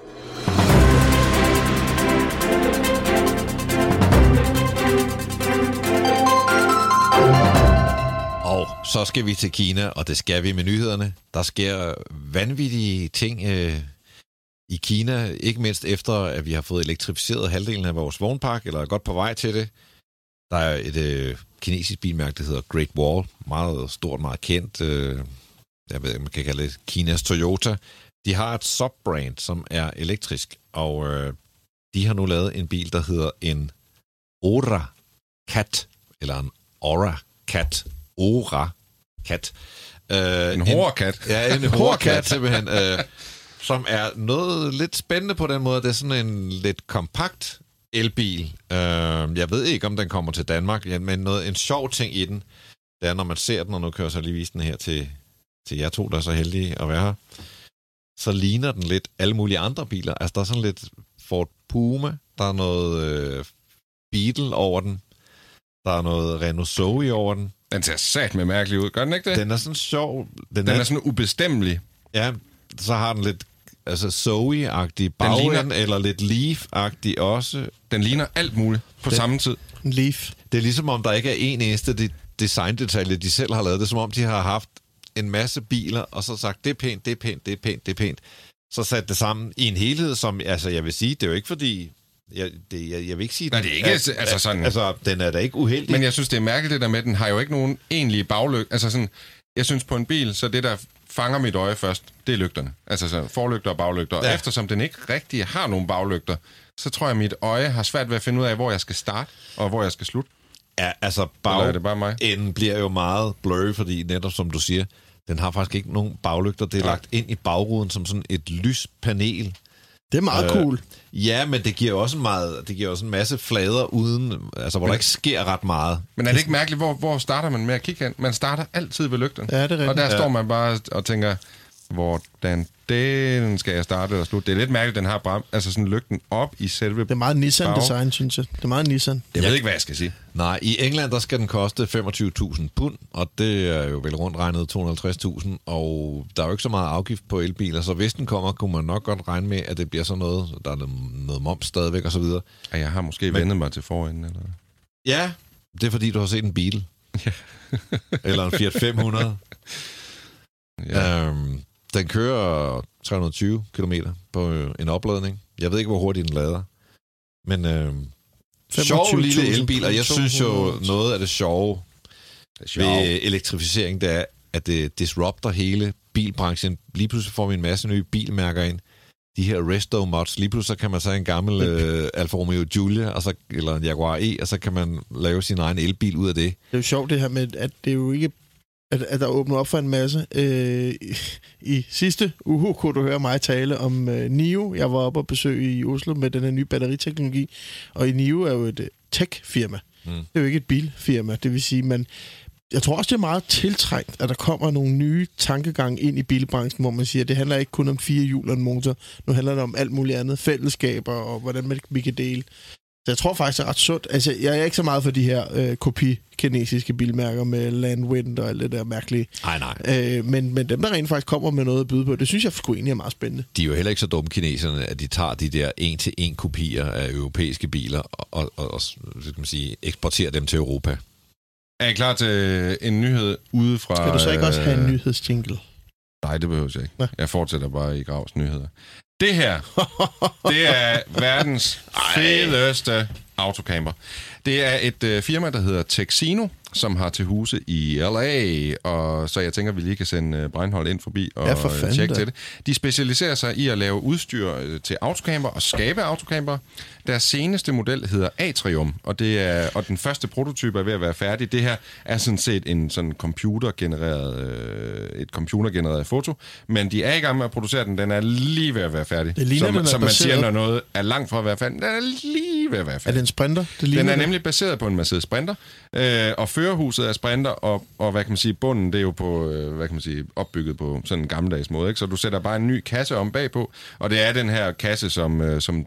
Og så skal vi til Kina, og det skal vi med nyhederne. Der sker vanvittige ting i Kina, ikke mindst efter, at vi har fået elektrificeret halvdelen af vores vognpark, eller er godt på vej til det. Der er et kinesisk bilmærke, der hedder Great Wall, meget stort, meget kendt. Jeg ved ikke, man kan kalde det Kinas Toyota. De har et subbrand, som er elektrisk, og de har nu lavet en bil, der hedder en Ora Cat, eller en Aura Cat. Ora Cat. En Hora-kat? Ja, en Hora-kat, simpelthen. Som er noget lidt spændende på den måde. Det er sådan en lidt kompakt elbil. Jeg ved ikke, om den kommer til Danmark, men en sjov ting i den, det er, når man ser den, og nu kører så lige vise den her til jer to, der er så heldige at være her, så ligner den lidt alle mulige andre biler. Altså, der er sådan lidt Ford Puma, der er noget Beetle over den, der er noget Renault Zoe over den. Den ser satme mærkelig ud, gør den ikke det? Den er sådan sjov. Den er sådan ubestemmelig. Ja, så har den lidt Zoe-agtig bagend, eller lidt Leaf-agtig også. Den ligner alt muligt på samme tid. En Leaf. Det er ligesom om, der ikke er en eneste designdetalje, de selv har lavet. Det er som om, de har haft en masse biler, og så sagt, det er pænt, det er pænt, det er pænt, det er pænt. Så sat det sammen i en helhed, som, altså jeg vil sige, det er jo ikke fordi, Jeg vil ikke sige... Nej, det er ikke... Altså, sådan, altså, den er da ikke uheldig. Men jeg synes, det er mærkeligt, det der med, den har jo ikke nogen egentlige baglygter. Altså sådan, jeg synes på en bil, så det der fanger mit øje først, det er lygterne. Altså så forlygter og baglygter. Ja. Og eftersom den ikke rigtig har nogen baglygter, så tror jeg, at mit øje har svært ved at finde ud af, hvor jeg skal starte og hvor jeg skal slutte. Ja, altså bagenden bliver jo meget blurry, fordi netop som du siger, den har faktisk ikke nogen baglygter. Det er lagt ind i bagruden som sådan et lyspanel. Det er meget cool. Ja, men det giver også en masse flader uden, altså hvor der ikke sker ret meget. Men er det ikke mærkeligt, hvor starter man med at kigge hen? Man starter altid ved lygterne. Ja, det er rigtigt. Og der står man bare og tænker, hvordan den skal jeg starte eller slutte? Det er lidt mærkeligt, den har altså sådan lygten op i selve... Det er meget Nissan-design, synes jeg. Det er meget Nissan. Jeg ved ikke, hvad jeg skal sige. Nej, i England, der skal den koste 25.000 pund, og det er jo vel rundt regnet 250.000, og der er jo ikke så meget afgift på elbiler, så hvis den kommer, kunne man nok godt regne med, at det bliver sådan noget, der er noget moms stadigvæk og så videre. Ja, jeg har måske vendet mig til forenden, eller... Ja, det er fordi, du har set en bil. Ja. Eller en Fiat 500. Ja. Den kører 320 km på en opladning. Jeg ved ikke, hvor hurtigt den lader. Men sjov lille elbil, og jeg synes jo, noget af det sjove ved elektrificering, det er, at det disrupter hele bilbranchen. Lige pludselig får vi en masse nye bilmærker ind. De her resto mods. Lige pludselig kan man så en gammel Alfa Romeo Giulia, og så, eller en Jaguar E, og så kan man lave sin egen elbil ud af det. Det er jo sjovt det her med, at det er jo ikke... At der åbner op for en masse. I sidste uge kunne du høre mig tale om NIO. Jeg var oppe og besøge i Oslo med den her nye batteriteknologi. Og NIO er jo et tech-firma. Det er jo ikke et bilfirma. Det vil sige, jeg tror også, det er meget tiltrængt, at der kommer nogle nye tankegang ind i bilbranchen, hvor man siger, at det handler ikke kun om 4 hjul og en motor. Nu handler det om alt muligt andet. Fællesskaber og hvordan vi kan dele. Så jeg tror faktisk, det er ret sundt. Altså, jeg er ikke så meget for de her kopi-kinesiske bilmærker med Landwind og alt det der mærkelige. Nej. Men dem, der rent faktisk kommer med noget at byde på, det synes jeg sgu egentlig er meget spændende. De er jo heller ikke så dumme, kineserne, at de tager de der 1-til-1 kopier af europæiske biler og skal man sige, eksporterer dem til Europa. Er I klar til en nyhed udefra? Skal du så ikke også have en nyhedsjingle? Nej, det behøver jeg ikke. Jeg fortsætter bare i Gravs nyheder. Det her, det er verdens fedeste autocamper. Det er et firma, der hedder Texino, som har til huse i LA, og så jeg tænker, vi lige kan sende Breinholt ind forbi og tjekke til det. De specialiserer sig i at lave udstyr til autocamper og skabe autocamper. Deres seneste model hedder Atrium, og den første prototype er ved at være færdig. Det her er sådan set et computergenereret foto, men de er i gang med at producere den. Den er lige ved at være færdig. Det ligner, som man siger, når noget er langt fra at være færdig. Den er lige ved at være færdig. Er det en Sprinter? Den er nemlig baseret på en Mercedes Sprinter, og førerhuset er Sprinter, og hvad kan man sige, bunden, det er jo på, opbygget på sådan en gammeldags måde, ikke? Så du sætter bare en ny kasse om bagpå, og det er den her kasse, som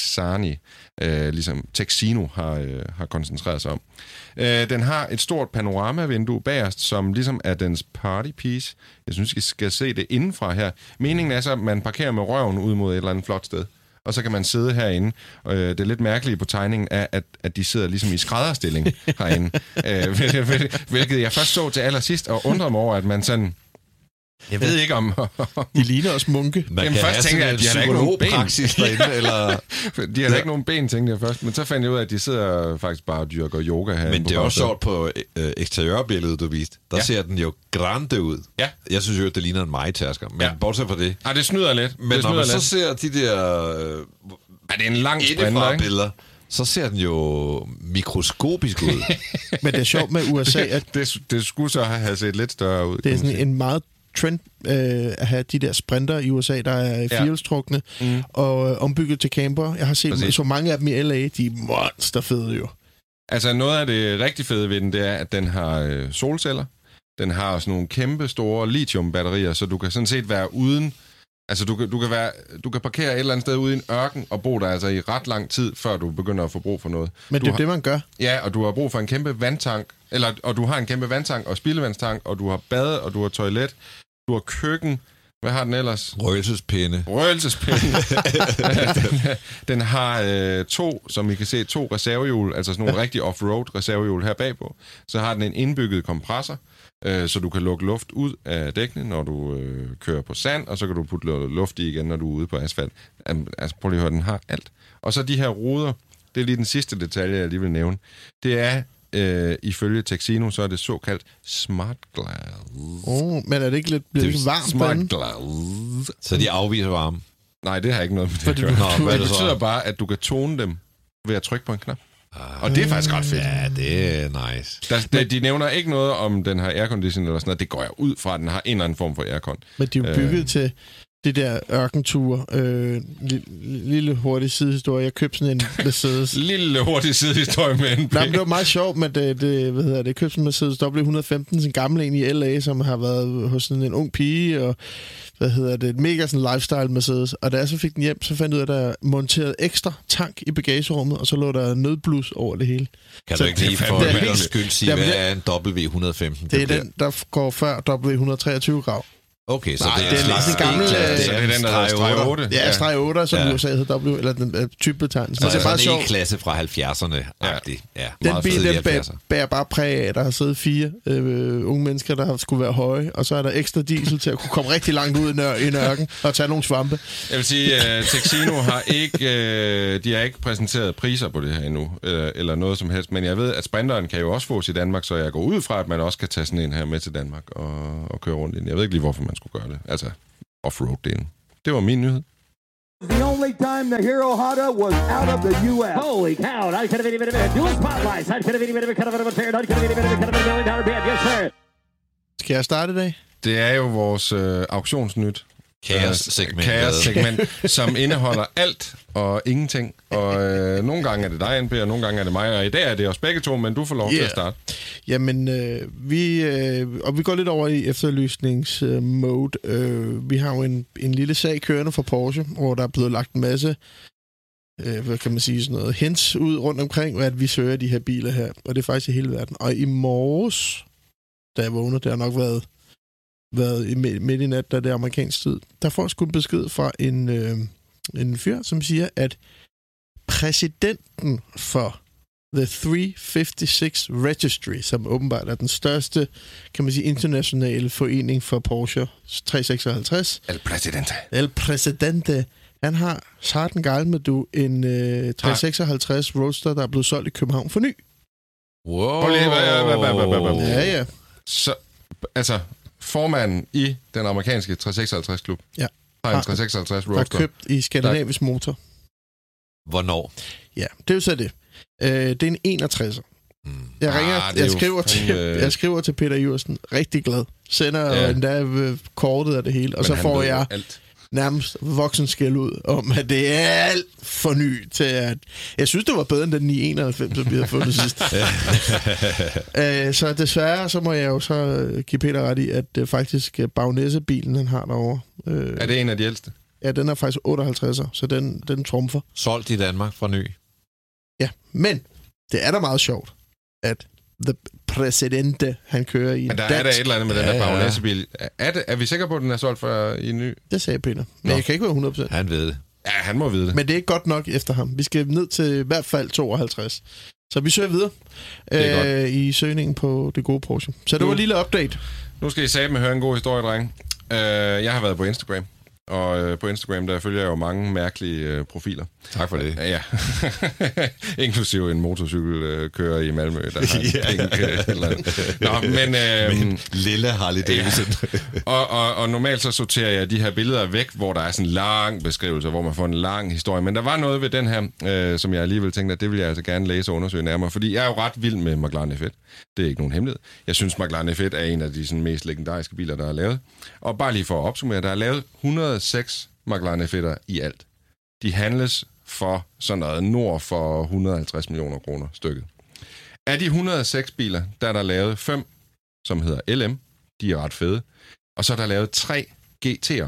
Texino har koncentreret sig om. Den har et stort panoramavindue bagerst, som ligesom er dens partypiece. Jeg synes, I skal se det indenfra her. Meningen er så, at man parkerer med røven ud mod et eller andet flot sted. Og så kan man sidde herinde. Det er lidt mærkeligt på tegningen er, at de sidder ligesom i skrædderstilling herinde. Hvilket jeg først så til allersidst, og undrede mig over, at man sådan... Jeg ved ikke om... De ligner også munke. Jamen først tænkte jeg, at de har ikke nogen ben. Derinde, eller... De har ikke nogen ben, tænkte jeg først. Men så fandt jeg ud af, at de sidder faktisk bare og dyrker yoga her. Men det er også sjovt på eksteriørbilledet, du viste. Der ser den jo grande ud. Ja. Jeg synes jo, at det ligner en majtasker. Men bortset fra det... det snyder lidt. Men når man så ser de der... det er en lang Sprinter, ikke? Billeder, så ser den jo mikroskopisk ud. Men det er sjovt med USA, at... det skulle så have set lidt større ud. Det er sådan en meget trend at have de der Sprinter i USA, der er firehjulstrukne og ombygget til camper. Jeg har set så mange af dem i LA, de er monsterfede jo. Altså noget af det rigtig fede ved den, det er, at den har solceller. Den har sådan nogle kæmpe store lithiumbatterier, så du kan sådan set være uden... Altså du kan parkere et eller andet sted ude i en ørken og bo der altså i ret lang tid, før du begynder at få brug for noget. Men det er det, man gør. Ja, og du har brug for en kæmpe vandtank, og du har en kæmpe vandtank og spildevandstank, og du har bad, og du har toilet, du har køkken. Hvad har den ellers? Røgelsespinde. Den har to reservehjul, altså sådan nogle rigtig off-road reservehjul her bagpå. Så har den en indbygget kompressor. så du kan lukke luft ud af dækkene, når du kører på sand, og så kan du putte luft i igen, når du er ude på asfalt. Altså, prøv lige at høre, den har alt. Og så de her ruder, det er lige den sidste detalje, jeg lige vil nævne. Det er, ifølge Texino, så er det såkaldt smart glass. Men er det ikke lidt varmt? Smart glass. Så de afviser varme? Nej, det har ikke noget med det at gøre. Det betyder bare, at du kan tone dem ved at trykke på en knap. Og det er faktisk ret fedt. Ja, det er nice. De nævner ikke noget om, den har aircondition eller sådan noget. Det går jeg ud fra, at den har en eller anden form for aircon. Men de er jo bygget til det der ørkenture. Lille hurtig sidehistorie. Jeg købte sådan en Mercedes. Lille hurtig sidehistorie med en Nej, men det var meget sjovt med det jeg købte sådan en Mercedes W115, sådan en gammel en i LA, som har været hos sådan en ung pige, og mega sådan lifestyle Mercedes. Og da jeg så fik den hjem, så fandt jeg ud af, at der monteret ekstra tank i bagagerummet, og så lå der nødblus over det hele. Kan du ikke lige for en skyld sige, hvad er en W115? Det er den, der går før W123 grav. Okay, så det er en gammel... det er den, der hedder streg 8. Ja, streg 8, som USA hedder W, eller den typebetegnelse. Så det er bare sjovt. En E-klasse fra 70'erne-agtig. Ja, den bil, den bærer bare præg af, at der har siddet 4 unge mennesker, der skulle være høje, og så er der ekstra diesel til at kunne komme rigtig langt ud i nørken og tage nogle svampe. Jeg vil sige, Texino har ikke præsenteret priser på det her endnu, eller noget som helst, men jeg ved, at Sprinteren kan jo også fås i Danmark, så jeg går ud fra, at man også kan tage sådan en her med til Danmark og køre rundt i den. Jeg ved ikke lige, hvorfor man skulle gøre det. Altså, off-road-delen. Det var min nyhed. The only time the Hero Honda was out of the U.S. Holy cow, I could have been dual spotlights. I could have been kind of a fair, I could have been kind of a $1 million band. Yes, sir. Skal jeg starte i dag? Det er jo vores auktionsnyt. Kaos-segment, som indeholder alt og ingenting. Og nogle gange er det dig, NP, og nogle gange er det mig. Og i dag er det os begge to, men du får lov til at starte. Jamen, vi går lidt over i efterlysningsmode. Vi har jo en lille sag kørende fra Porsche, hvor der er blevet lagt en masse, hvad kan man sige, sådan noget hints ud rundt omkring, at vi søger de her biler her. Og det er faktisk i hele verden. Og i morges, da jeg vågnede, det har nok været midt i nat, da det er amerikansk tid, der får jeg sgu en besked fra en fyr, som siger, at præsidenten for The 356 Registry, som åbenbart er den største, kan man sige, internationale forening for Porsche 356. El Presidente. Han har sarten galt med en 356 Roadster, der er blevet solgt i København for ny. Wow. Ja. Så, altså, formanden i den amerikanske 356-klub har en 356 Roadster. Der er købt i Skandinavisk Motor. Hvornår? Ja, det er jo så det. Det er en 61'er. Jeg skriver til Peter Iversen, rigtig glad. Sender endda kortet af det hele, og så får jeg nærmest voksenskæld ud om, at det er alt for ny til at... Jeg synes, det var bedre end den 991, som vi havde fundet sidst. Så desværre, så må jeg jo så give Peter ret i, at faktisk Bagnesse-bilen, han har derovre... er det en af de ældste? Ja, den er faktisk 58'er, så den trumfer. Solgt i Danmark fra ny. Ja, men det er da meget sjovt, at The Presidente, han kører i en men der er der et eller andet med den der Bagnesse-bil. Er vi sikre på, at den er solgt for i ny? Det sagde Peter. Men jeg kan ikke være 100%. Han ved det. Ja, han må vide det. Men det er ikke godt nok efter ham. Vi skal ned til i hvert fald 52. Så vi søger videre i søgningen på det gode Porsche. Så det var en lille update. Nu skal I satme høre en god historie, dreng. Jeg har været på Instagram. Og på Instagram, der følger jeg jo mange mærkelige profiler. Tak for det. Ja. Inklusive en motorcykelkører i Malmø, der har eller andet. Nå, men lille Harley Davidson. og normalt så sorterer jeg de her billeder væk, hvor der er sådan en lang beskrivelse, hvor man får en lang historie. Men der var noget ved den her, som jeg alligevel tænkte, at det vil jeg altså gerne læse og undersøge nærmere. Fordi jeg er jo ret vild med McLaren F1. Det er ikke nogen hemmelighed. Jeg synes, McLaren F1 er en af de sådan, mest legendariske biler, der er lavet. Og bare lige for at opsummere, der er lavet 106 McLaren F1'er i alt. De handles for sådan noget nord for 150 millioner kroner stykket. Af de 106 biler, der er der lavet 5, som hedder LM. De er ret fede. Og så er der lavet 3 GT'er.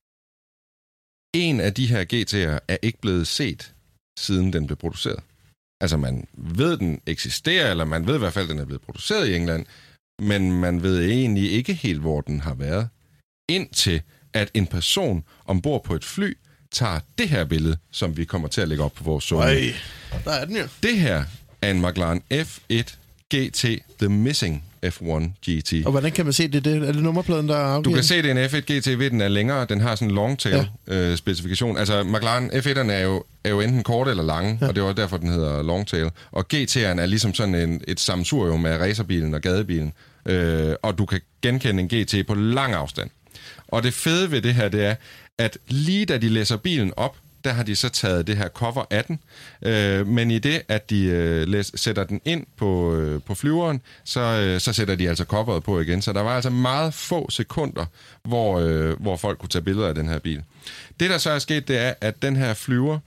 En af de her GT'er er ikke blevet set, siden den blev produceret. Altså, man ved, den eksisterer, eller man ved i hvert fald, den er blevet produceret i England, men man ved egentlig ikke helt, hvor den har været. Indtil at en person ombord på et fly tager det her billede, som vi kommer til at lægge op på vores zone. Der er den jo. Det her er en McLaren F1 GT The Missing F1 GT. Og hvordan kan man se det? Er det nummerpladen, der er afgivet? Du kan se, det er en F1 GT, ved den er længere. Den har sådan en longtail specifikation. Altså, McLaren F1'erne er jo enten korte eller lange, og det er også derfor, den hedder longtail. Og GT'eren er ligesom sådan et sammensurium af racerbilen og gadebilen. Og du kan genkende en GT på lang afstand. Og det fede ved det her, det er, at lige da de læser bilen op, der har de så taget det her cover af den. Men i det, at de sætter den ind på flyveren, så sætter de altså coveret på igen. Så der var altså meget få sekunder, hvor folk kunne tage billeder af den her bil. Det, der så er sket, det er, at den her flyver,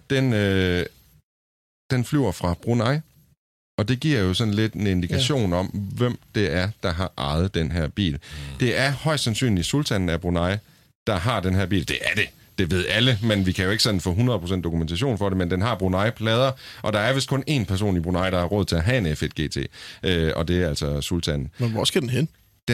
den flyver fra Brunei. Og det giver jo sådan lidt en indikation om, hvem det er, der har ejet den her bil. Det er højst sandsynligt sultanen af Brunei, der har den her bil. Det er det. Det ved alle, men vi kan jo ikke sådan få 100% dokumentation for det, men den har Brunei-plader, og der er vist kun én person i Brunei, der har råd til at have en F1 GT, og det er altså sultanen. Men hvor skal den hen?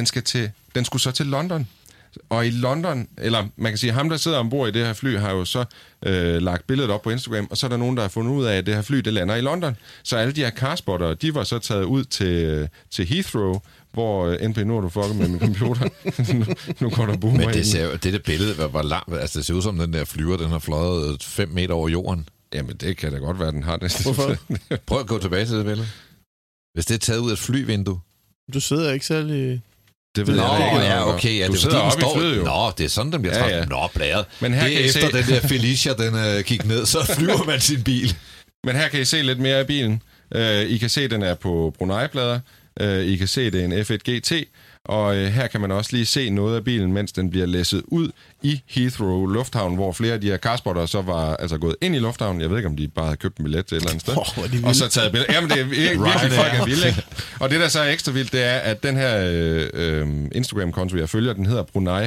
Den skulle så til London. Og i London, eller man kan sige, ham der sidder ombord i det her fly, har jo så lagt billedet op på Instagram, og så er der nogen, der har fundet ud af, at det her fly, det lander i London. Så alle de her carspottere, de var så taget ud til Heathrow, hvor NP, nu har du fucket med min computer. nu går der boomer. Men det billede var langt. Altså, det ser ud som den der flyver, den har fløjet 5 meter over jorden. Jamen, det kan da godt være, den har det. Hvorfor? Prøv at gå tilbage til det billede. Hvis det er taget ud af et flyvindue. Du sidder ikke særlig... Det ved jeg ikke. Ja, okay. Ja, du det sidder oppe i flyet, jo. Nå, det er sådan, den bliver træt. Ja. Nå, blæret. Men her det er efter den der Felicia, den gik ned, så flyver man sin bil. Men her kan I se lidt mere af bilen. I kan se, at den er på Brunei-plader. I kan se, at det er en F1 GT. Og her kan man også lige se noget af bilen, mens den bliver læsset ud i Heathrow Lufthavn, hvor flere af de her carsporter så var altså gået ind i lufthavnen. Jeg ved ikke, om de bare havde købt en billet til et eller andet sted. Og så taget billeder. Jamen, det er virkelig folk er vilde, ikke? Og det, der så er ekstra vildt, det er, at den her Instagram-konto, jeg følger, den hedder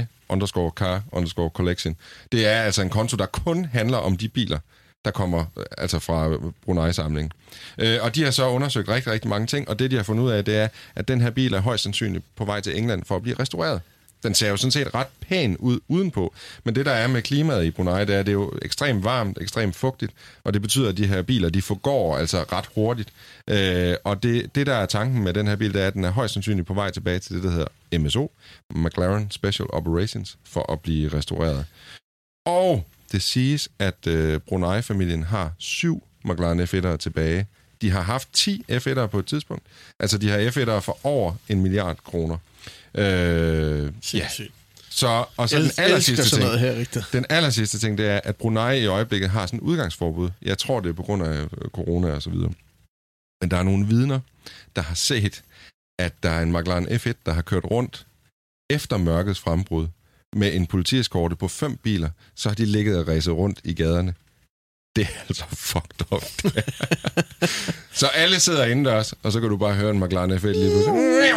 Brunei_car_collection. Det er altså en konto, der kun handler om de biler, der kommer altså fra Brunei-samlingen. Og de har så undersøgt rigtig, rigtig mange ting, og det, de har fundet ud af, det er, at den her bil er højst sandsynligt på vej til England for at blive restaureret. Den ser jo sådan set ret pæn ud udenpå, men det, der er med klimaet i Brunei, det er jo ekstremt varmt, ekstremt fugtigt, og det betyder, at de her biler, de forgår altså ret hurtigt. Og det, der er tanken med den her bil, det er, at den er højst sandsynligt på vej tilbage til det, der hedder MSO, McLaren Special Operations, for at blive restaureret. Og det siges, at Brunei-familien har 7 McLaren F1'ere tilbage. De har haft 10 F1'ere på et tidspunkt. Altså, de har F1'ere for over 1 milliard kroner. Ja. Så, og så den allersidste ting, det er, at Brunei i øjeblikket har sådan et udgangsforbud. Jeg tror, det er på grund af corona og så videre. Men der er nogle vidner, der har set, at der er en McLaren F1, der har kørt rundt efter mørkets frembrud med en politieskorte på 5 biler, så har de ligget og ræset rundt i gaderne. Det er altså fucked up. Så alle sidder indendørs, og så kan du bare høre en McLaren F1 lige pludselig.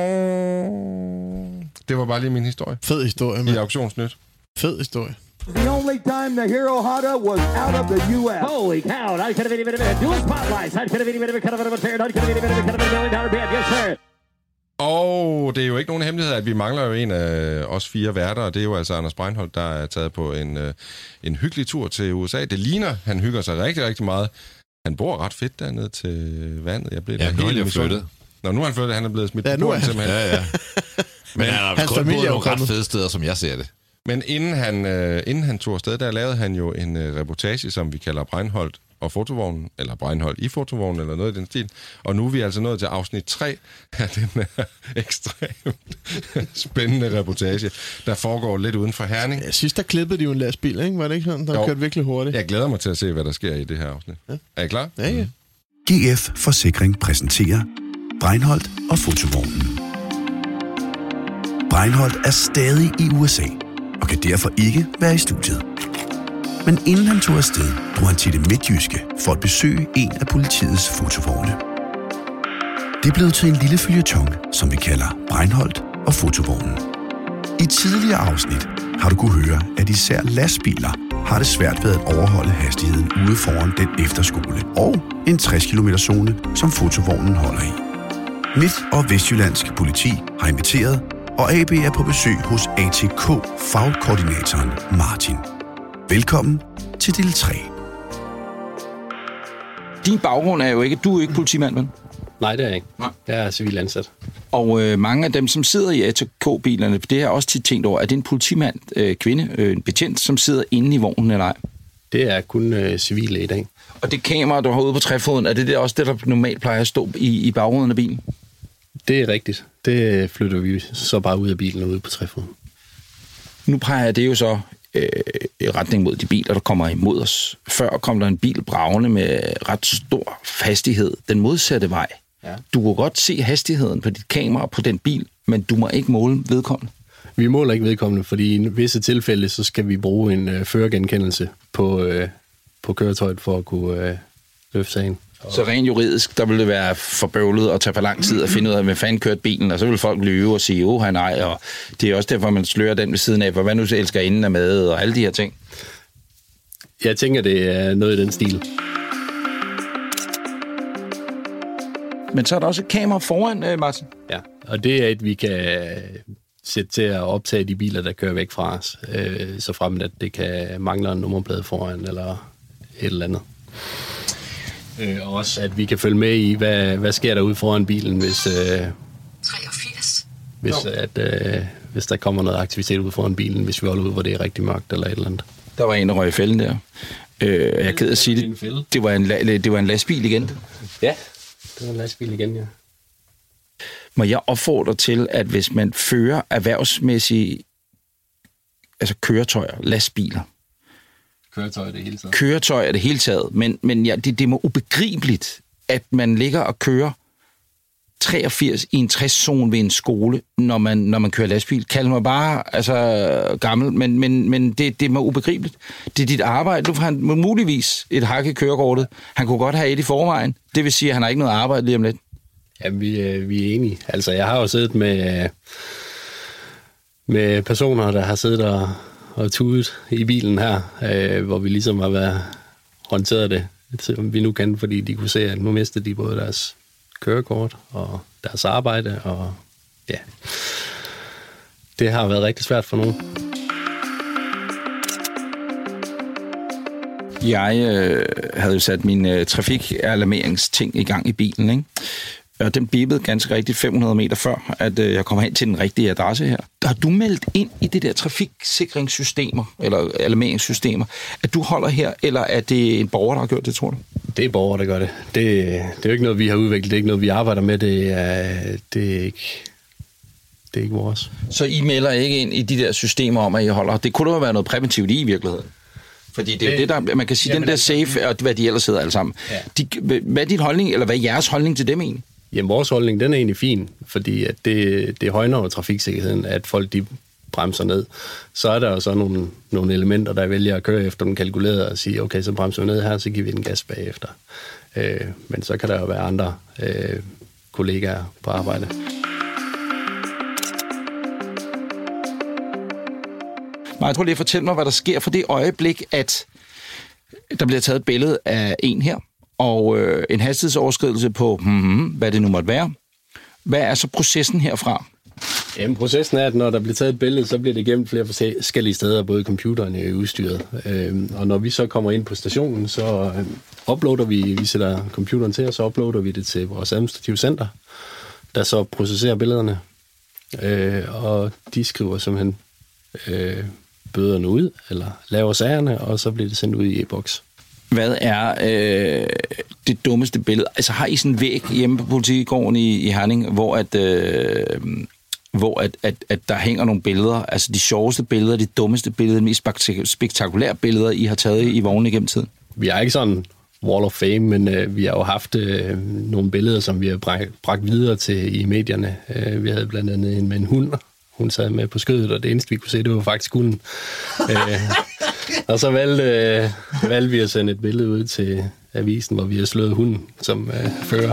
Det var bare lige min historie. Fed historie, mand. I Auktionsnyt. Fed historie. The only time the Hero Honda was out of the U.S. Holy cow! I could have been a dual spotlights. I could have been a cut of a tear. I could have been a cut of $1 million bid. Yes, sir. Og det er jo ikke nogen hemmelighed, at vi mangler jo en af os 4 værter, og det er jo altså Anders Breinholt, der er taget på en hyggelig tur til USA. Det ligner, han hygger sig rigtig, rigtig meget. Han bor ret fedt dernede til vandet. Jeg blev nu er han flyttet. Nå, nu er han flyttet, han er blevet smidt på bunden simpelthen. Ja. Men han har kun boet nogle ret fede steder, som jeg ser det. Men inden han tog afsted, der lavede han jo en reportage, som vi kalder Breinholt og fotovognen, eller Breinholt i fotovognen, eller noget i den stil. Og nu er vi altså nået til afsnit 3 af den her ekstremt spændende reportage, der foregår lidt uden for Herning. Ja, sidst der klippede de jo en lastbil, ikke? Var det ikke sådan? Der kørte virkelig hurtigt. Jeg glæder mig til at se, hvad der sker i det her afsnit. Ja. Er I klar? Ja. GF Forsikring præsenterer Breinholt og fotovognen. Breinholt er stadig i USA, og kan derfor ikke være i studiet. Men inden han tog afsted, drog han til det midtjyske for at besøge en af politiets fotovogne. Det blev til en lille føljeton, som vi kalder Breinholt og fotovognen. I tidligere afsnit har du kunne høre, at især lastbiler har det svært ved at overholde hastigheden ude foran den efterskole og en 60 km-zone, som fotovognen holder i. Midt- og Vestjyllandsk politi har inviteret, og AB er på besøg hos ATK-fagkoordinatoren Martin. Velkommen til del 3. Din baggrund er jo ikke, du er ikke politimand, vel? Nej, det er jeg ikke. Nej. Jeg er civil ansat. Og mange af dem, som sidder i ATK-bilerne, det er også tit tænkt over, er det en politimand, kvinde, en betjent, som sidder inde i vognen eller ej? Det er kun civile i dag. Og det kamera, du har ude på træfoden, er det også det, der normalt plejer at stå i bagruden af bilen? Det er rigtigt. Det flytter vi så bare ud af bilen og ud på træfoden. Nu peger det jo så i retning mod de biler, der kommer imod os. Før kom der en bil bragende med ret stor hastighed den modsatte vej. Ja. Du kunne godt se hastigheden på dit kamera på den bil, men du må ikke måle vedkommende. Vi måler ikke vedkommende, fordi i visse tilfælde, så skal vi bruge en førergenkendelse på køretøjet for at kunne løfte sagen. Så rent juridisk, der ville det være forbøvlet og tage for lang tid at finde ud af, hvad fanden kørte bilen, og så vil folk lyve og sige, nej, og det er også derfor, man slører den ved siden af, for hvad nu elsker inden er med, og alle de her ting. Jeg tænker, det er noget i den stil. Men så er der også et kamera foran, Martin. Ja, og det er et, vi kan sætte til at optage de biler, der kører væk fra os, så frem at det kan mangle en nummerplade foran, eller et eller andet. Og også, at vi kan følge med i, hvad sker der ude foran bilen, hvis 83. Hvis der kommer noget aktivitet ude foran bilen, hvis vi holder ud, hvor det er rigtig mørkt eller et eller andet. Der var en, der røg i fælden der. Jeg er ked af at sige det. Det var en lastbil igen. Ja, det var en lastbil igen, ja. Må jeg opfordre til, at hvis man fører erhvervsmæssige køretøjer, lastbiler, Køretøj er det hele taget, men ja, det må ubegribeligt, at man ligger og kører 83 i en 60-zone ved en skole, når man kører lastbil. Kald mig bare gammel, men det må ubegribeligt. Det er dit arbejde. Du har han muligvis et hak i kørekortet. Han kunne godt have et i forvejen. Det vil sige, at han har ikke noget arbejde lige om lidt. Ja, vi er enige. Altså, jeg har jo siddet med personer, der har siddet og tudet i bilen her, hvor vi ligesom har været håndteret det, som vi nu kan, fordi de kunne se, at nu mistede de både deres kørekort og deres arbejde, og ja, det har været rigtig svært for nogen. Jeg havde jo sat min trafikalarmeringsting i gang i bilen, ikke? Og den bippede ganske rigtigt 500 meter før, at jeg kommer hen til den rigtige adresse her. Har du meldt ind i det der trafiksikringssystemer, eller alarmeringssystemer, at du holder her, eller er det en borger, der har gjort det, tror du? Det er borger, der gør det. Det er jo ikke noget, vi har udviklet. Det er ikke noget, vi arbejder med. Det er ikke vores. Så I melder ikke ind i de der systemer om, at I holder? Det kunne da være noget præventivt i virkeligheden. Fordi det er det, der, man kan sige, den der safe, og hvad de ellers hedder alle sammen. Ja. Hvad er din holdning, eller hvad er jeres holdning til dem egentlig? Jamen, vores holdning, den er egentlig fin, fordi at det højner jo trafiksikkerheden, at folk de bremser ned. Så er der jo så nogle elementer, der vælger at køre efter den kalkulerede og sige, okay, så bremser vi ned her, så giver vi den gas bagefter. Men så kan der jo være andre kollegaer på arbejde. Men jeg tror lige at fortælle mig, hvad der sker for det øjeblik, at der bliver taget et billede af en her, og en hastighedsoverskridelse på, hvad det nu måtte være. Hvad er så processen herfra? Jamen, processen er, at når der bliver taget et billede, så bliver det gemt flere forskellige steder, både computeren og udstyret. Og når vi så kommer ind på stationen, så uploader vi sætter computeren til, og så uploader vi det til vores administrative center, der så processerer billederne. Og de skriver simpelthen bøderne ud, eller laver sagerne, og så bliver det sendt ud i e-boks. Hvad er det dummeste billede? Altså har I sådan en væg hjemme på politigården i Herning, hvor der hænger nogle billeder, altså de sjoveste billeder, de dummeste billeder, de mest spektakulære billeder, I har taget i vognen igennem tiden? Vi har ikke sådan Wall of Fame, men vi har jo haft nogle billeder, som vi har bragt videre til i medierne. Vi havde blandt andet en med en hund. Hun sad med på skødet, og det eneste, vi kunne se, det var faktisk hunden. Og så valgte vi at sende et billede ud til avisen, hvor vi har slået hunden som fører.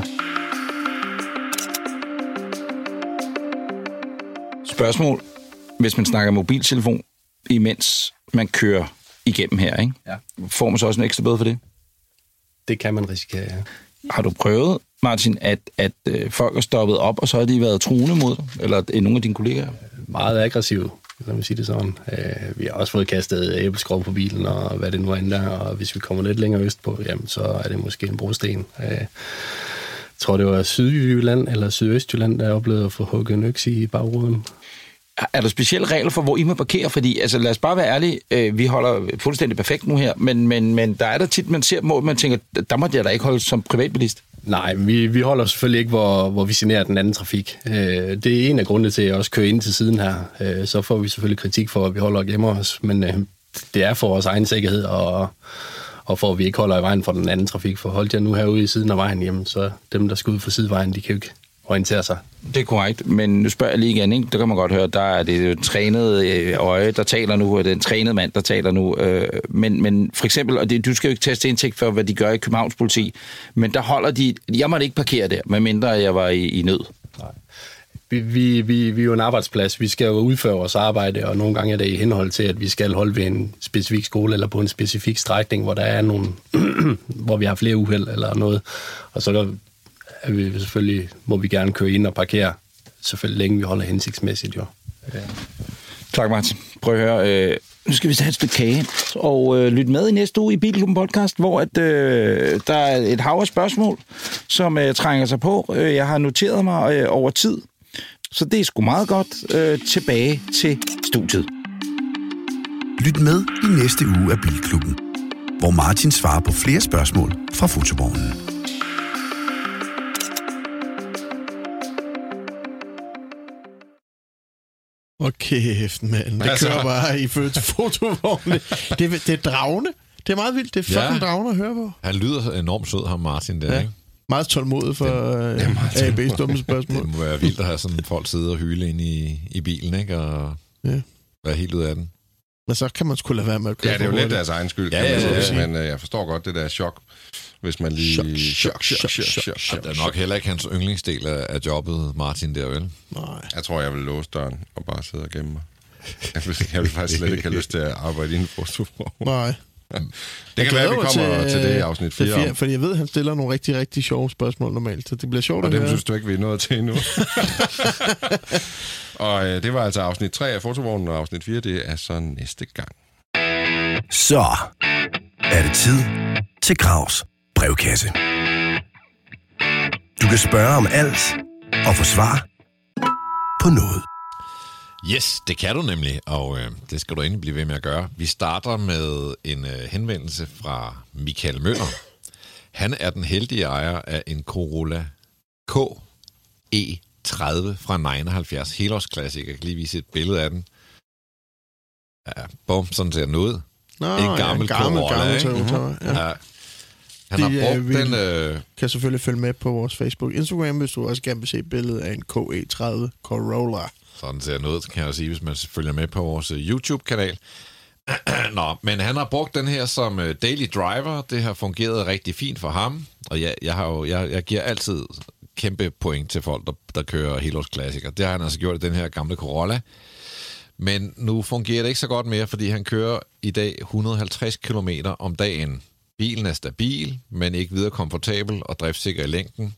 Spørgsmål. Hvis man snakker mobiltelefon, imens man kører igennem her, ikke? Ja. Får man så også en ekstra bøde for det? Det kan man risikere, ja. Har du prøvet, Martin, at folk er stoppet op, og så har de været truende mod dig? Eller er nogle af dine kollegaer? Meget aggressive, lad mig sige det sådan. Vi har også fået kastet æbleskrog på bilen, og hvad det nu end der. Og hvis vi kommer lidt længere østpå, jamen, så er det måske en brosten. tror, det var Sydjylland eller Sydøstjylland, der oplevede at få hugget en økse i bagruden. Er der specielle regler for, hvor I må parkere? Fordi, altså, lad os bare være ærlige, vi holder fuldstændig perfekt nu her, men der er der tit, man ser mål, man tænker, der må jeg da ikke holde som privatbilist. Nej, vi holder selvfølgelig ikke, hvor vi generer den anden trafik. Det er en af grundene til, at jeg også kører ind til siden her. Så får vi selvfølgelig kritik for, at vi holder og gemmer os, men det er for vores egen sikkerhed, og for at vi ikke holder i vejen for den anden trafik. For holdt jeg nu herude i siden af vejen, jamen, så dem, der skal ud for sidevejen, de kan jo ikke orientere sig. Det er korrekt, men nu spørger jeg lige igen, ikke? Der kan man godt høre, der er det jo trænede øje, der taler nu, og den trænede mand, der taler nu. Men for eksempel, og du skal jo ikke tage til indtægt for, hvad de gør i Københavns politi, men der holder de, jeg måtte ikke parkere der, medmindre jeg var i nød. Nej. Vi er jo en arbejdsplads, vi skal jo udføre vores arbejde, og nogle gange er det i henhold til, at vi skal holde ved en specifik skole eller på en specifik strækning, hvor der er nogle, hvor vi har flere uheld eller noget, og så der er vi selvfølgelig, må vi gerne køre ind og parkere, selvfølgelig længe vi holder hensigtsmæssigt, jo. Ja. Tak, Martin. Prøv at høre, nu skal vi tage et stykke kage, og lytte med i næste uge i Bilklubben podcast, hvor der er et hav af spørgsmål, som trænger sig på. Jeg har noteret mig over tid, så det er sgu meget godt. Tilbage til studiet. Lyt med i næste uge af Bilklubben, hvor Martin svarer på flere spørgsmål fra fotovognen. Kæft, mand. Det kører bare i fotovognen. Det er dragende. Det er meget vildt. Det er fucking dragende at høre på. Han lyder enormt sød, ham Martin der, ikke? Meget tålmodig for AB's dumme spørgsmål. Det må være vildt at have sådan folk sidde og hyle ind i bilen, ikke? Og være helt ud af den. Men så kan man sgu lade være med at køre. Ja, det er jo lidt deres egen skyld, men jeg forstår godt det der chok, hvis man lige... Chok. Det er nok heller ikke hans yndlingsdel af jobbet, Martin, der vel? Nej. Jeg tror, jeg vil låse døren og bare sidde og gemme mig. Jeg vil faktisk slet ikke have lyst til at arbejde inden for fotovogn. Nej. Det kan være, at vi kommer til det i afsnit 4. Fordi jeg ved, at han stiller nogle rigtig, rigtig sjove spørgsmål normalt, så det bliver sjovt at høre. Og dem synes du ikke, vi er nået til endnu. Og det var altså afsnit 3 af fotovognen, og afsnit 4, det er så næste gang. Så er det tid til Gravs brevkasse. Du kan spørge om alt og få svar på noget. Yes, det kan du nemlig, og det skal du endelig blive ved med at gøre. Vi starter med en henvendelse fra Michael Møller. Han er den heldige ejer af en Corolla KE30 fra 79, helårsklassiker. Jeg kan lige vise et billede af den. Ja, bum, sådan ser den ud. En gammel Corolla, ikke? Ja. Han har brugt den... kan selvfølgelig følge med på vores Facebook-Instagram, hvis du også gerne vil se billedet af en KE30 Corolla. Sådan ser den ud, kan jeg sige, hvis man følger med på vores YouTube-kanal. Nå, men han har brugt den her som daily driver. Det har fungeret rigtig fint for ham. Og jeg giver altid kæmpe point til folk, der kører helårsklassikere. Det har han altså gjort i den her gamle Corolla. Men nu fungerer det ikke så godt mere, fordi han kører i dag 150 km om dagen. Bilen er stabil, men ikke videre komfortabel og driftssikker i længden.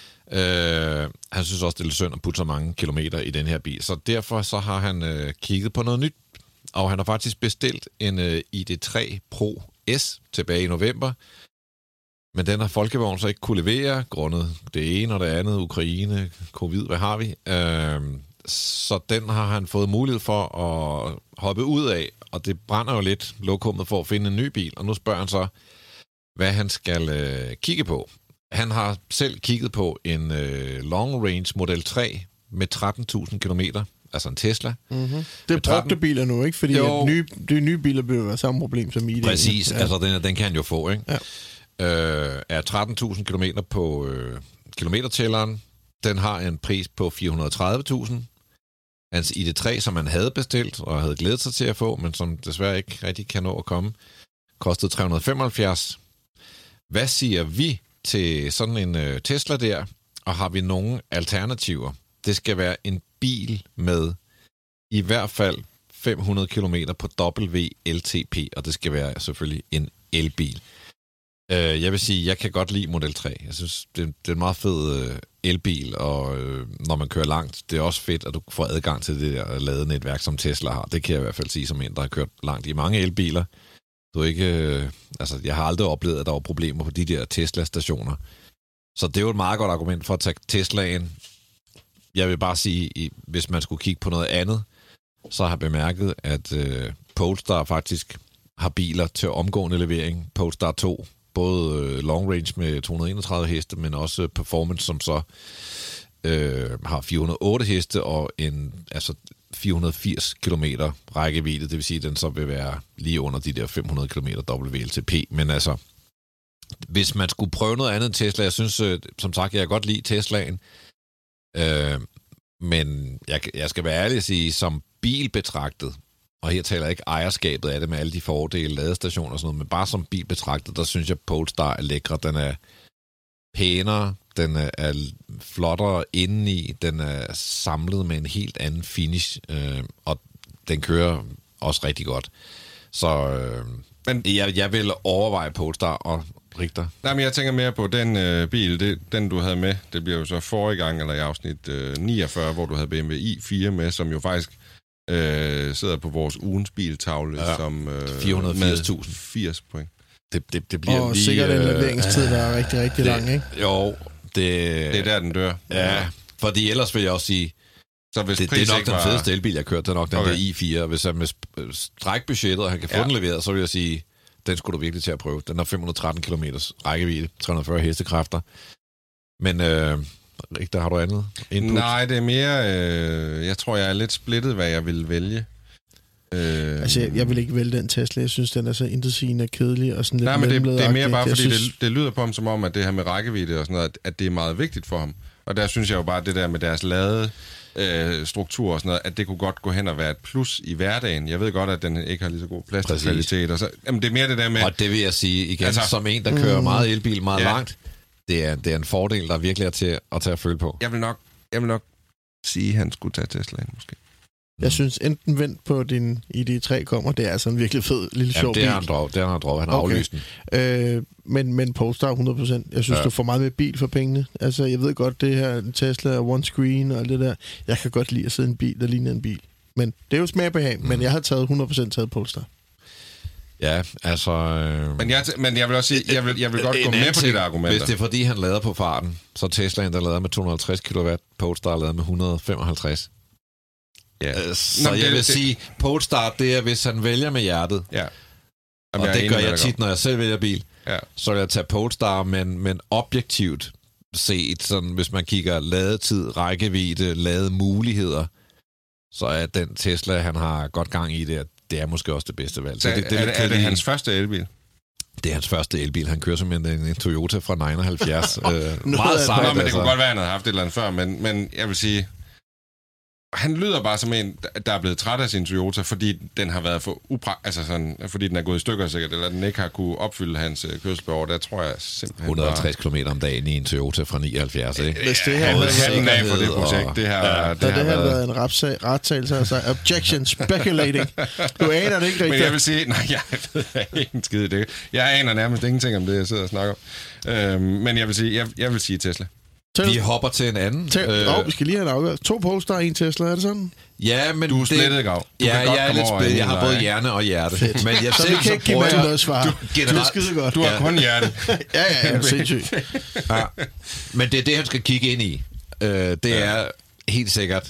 Han synes også, det er lidt synd at putte så mange kilometer i den her bil. Så derfor så har han kigget på noget nyt. Og han har faktisk bestilt en ID3 Pro S tilbage i november. Men den har Folkevogn så ikke kunne levere, grundet det ene og det andet, Ukraine, covid, hvad har vi? Så den har han fået mulighed for at hoppe ud af, og det brænder jo lidt lokummet for at finde en ny bil. Og nu spørger han så, hvad han skal kigge på. Han har selv kigget på en Long Range Model 3 med 13.000 kilometer, altså en Tesla. Mm-hmm. Det er brugte biler nu, ikke? Fordi de nye biler bliver være samme problem som ID. Præcis, altså den kan han jo få, ikke? Ja. Er 13.000 kilometer på kilometertælleren. Den har en pris på 430.000. Hans ID3, som han havde bestilt og havde glædet sig til at få, men som desværre ikke rigtig kan nå at komme, kostede 375. Hvad siger vi til sådan en Tesla der, og har vi nogle alternativer? Det skal være en bil med i hvert fald 500 km på WLTP, og det skal være selvfølgelig en elbil. Jeg vil sige, jeg kan godt lide Model 3. Jeg synes, det er en meget fed elbil, og når man kører langt, det er også fedt, at du får adgang til det der ladenetværk, som Tesla har. Det kan jeg i hvert fald sige, som en, der har kørt langt i mange elbiler. Jeg har aldrig oplevet, at der var problemer på de der Tesla-stationer. Så det er jo et meget godt argument for at tage Teslaen. Jeg vil bare sige, hvis man skulle kigge på noget andet, så har jeg bemærket, at Polestar faktisk har biler til omgående levering. Polestar 2, både long range med 231 heste, men også performance, som så har 408 heste og 480 km rækkevidde. Det vil sige, at den så vil være lige under de der 500 km WLTP. Men altså, hvis man skulle prøve noget andet end Tesla, jeg synes, som sagt, jeg kan godt lide Teslaen, men jeg skal være ærlig at sige, som bil betragtet, og her taler jeg ikke ejerskabet af det med alle de fordele, ladestationer og sådan noget, men bare som bil betragtet, der synes jeg, Polestar er lækre. Den er pænere, den er flottere indeni, den er samlet med en helt anden finish, og den kører også rigtig godt. Så men jeg vil overveje Polestar og Richter. Nej, men jeg tænker mere på den bil, den du havde med, det bliver jo så forrige gang, eller i afsnit 49, hvor du havde BMW i4 med, som jo faktisk sidder på vores ugens biltavle, som 480.000. 80 point. Det bliver og lige, sikkert en leveringstid, der er rigtig, rigtig lang, ikke? Jo, det er der, den dør. Ja, fordi ellers vil jeg også sige, så hvis det er nok den fedeste elbil, jeg har kørt, det er nok den der i4. Hvis han med strækbudgettet, og han kan få den leveret, så vil jeg sige, den skulle du virkelig til at prøve. Den har 513 km rækkevidde, 340 hestekræfter. Men der har du andet input? Nej, det er mere, jeg tror, jeg er lidt splittet, hvad jeg vil vælge. Altså, jeg vil ikke vælge den Tesla. Jeg synes, den er så intetsigende og kedelig og sådan lidt. Nej, men det er mere bare, fordi det lyder på ham som om, at det her med rækkevidde og sådan noget, at det er meget vigtigt for ham. Og der synes jeg jo bare, at det der med deres lade struktur og sådan noget, at det kunne godt gå hen og være et plus i hverdagen. Jeg ved godt, at den ikke har lige så god plastikkvalitet. Og så, jamen, det er mere det der med... Og det vil jeg sige igen, altså, som en, der kører meget elbil meget langt, det er en fordel, der virkelig er til at tage at føle på. Jeg vil nok sige, at han skulle tage Teslaen måske. Jeg synes, enten vent på din ID3 kommer, det er altså en virkelig fed lille sjov bil. Det har han drøvet. Han har aflyst den. Men Polestar 100%. Jeg synes, du får meget med bil for pengene. Altså, jeg ved godt, det her Tesla one screen og det der. Jeg kan godt lide at sidde i en bil, der ligner en bil. Men det er jo smagbehag, men jeg har 100% taget Polestar. Ja, altså... Men jeg vil også sige, jeg vil godt gå med på de argumenter. Hvis det er fordi, han lader på farten, så Teslaen, der lader med 250 kW, Polestar lader med 155. Ja. Så jeg vil sige, Polestar, det er, hvis han vælger med hjertet. Ja. Og det gør jeg tit, når jeg selv vælger bil. Ja. Så vil jeg tage Polestar, men objektivt set, sådan, hvis man kigger ladetid, rækkevidde, lademuligheder, så er den Tesla, han har godt gang i det, det er måske også det bedste valg. Så er det hans første elbil? Det er hans første elbil. Han kører simpelthen en Toyota fra 79. Meget sejt. Men det kunne godt være, han havde haft et eller andet før, men jeg vil sige... Han lyder bare som en, der er blevet træt af sin Toyota, fordi den har været for fordi den er gået i stykker sikkert, eller den ikke har kunne opfylde hans kørselsbehov. Der tror jeg simpelthen 150 km om dagen i en Toyota fra 79, ikke? Hvis det her havde af for det projekt, det har været en retagelse, altså objection, speculating. Du aner det ikke rigtigt. Men jeg vil sige, jeg ved ikke en skide det. Jeg aner nærmest ingenting om det, jeg sidder og snakker om. Men jeg vil sige Tesla. Vi hopper til en anden. Vi skal lige have en afgørelse. 2 Polestar, 1 Tesla, er det sådan? Ja, men du er splittet, Gav. Jeg er lidt spillet. Jeg har både hjerne og hjerte. Fedt. Men jeg så vi kan ikke give mig noget svar. Du er skide godt. Du har kun hjerte. ja, sindssygt. Ja. Men det er det, han skal kigge ind i. Det er helt sikkert,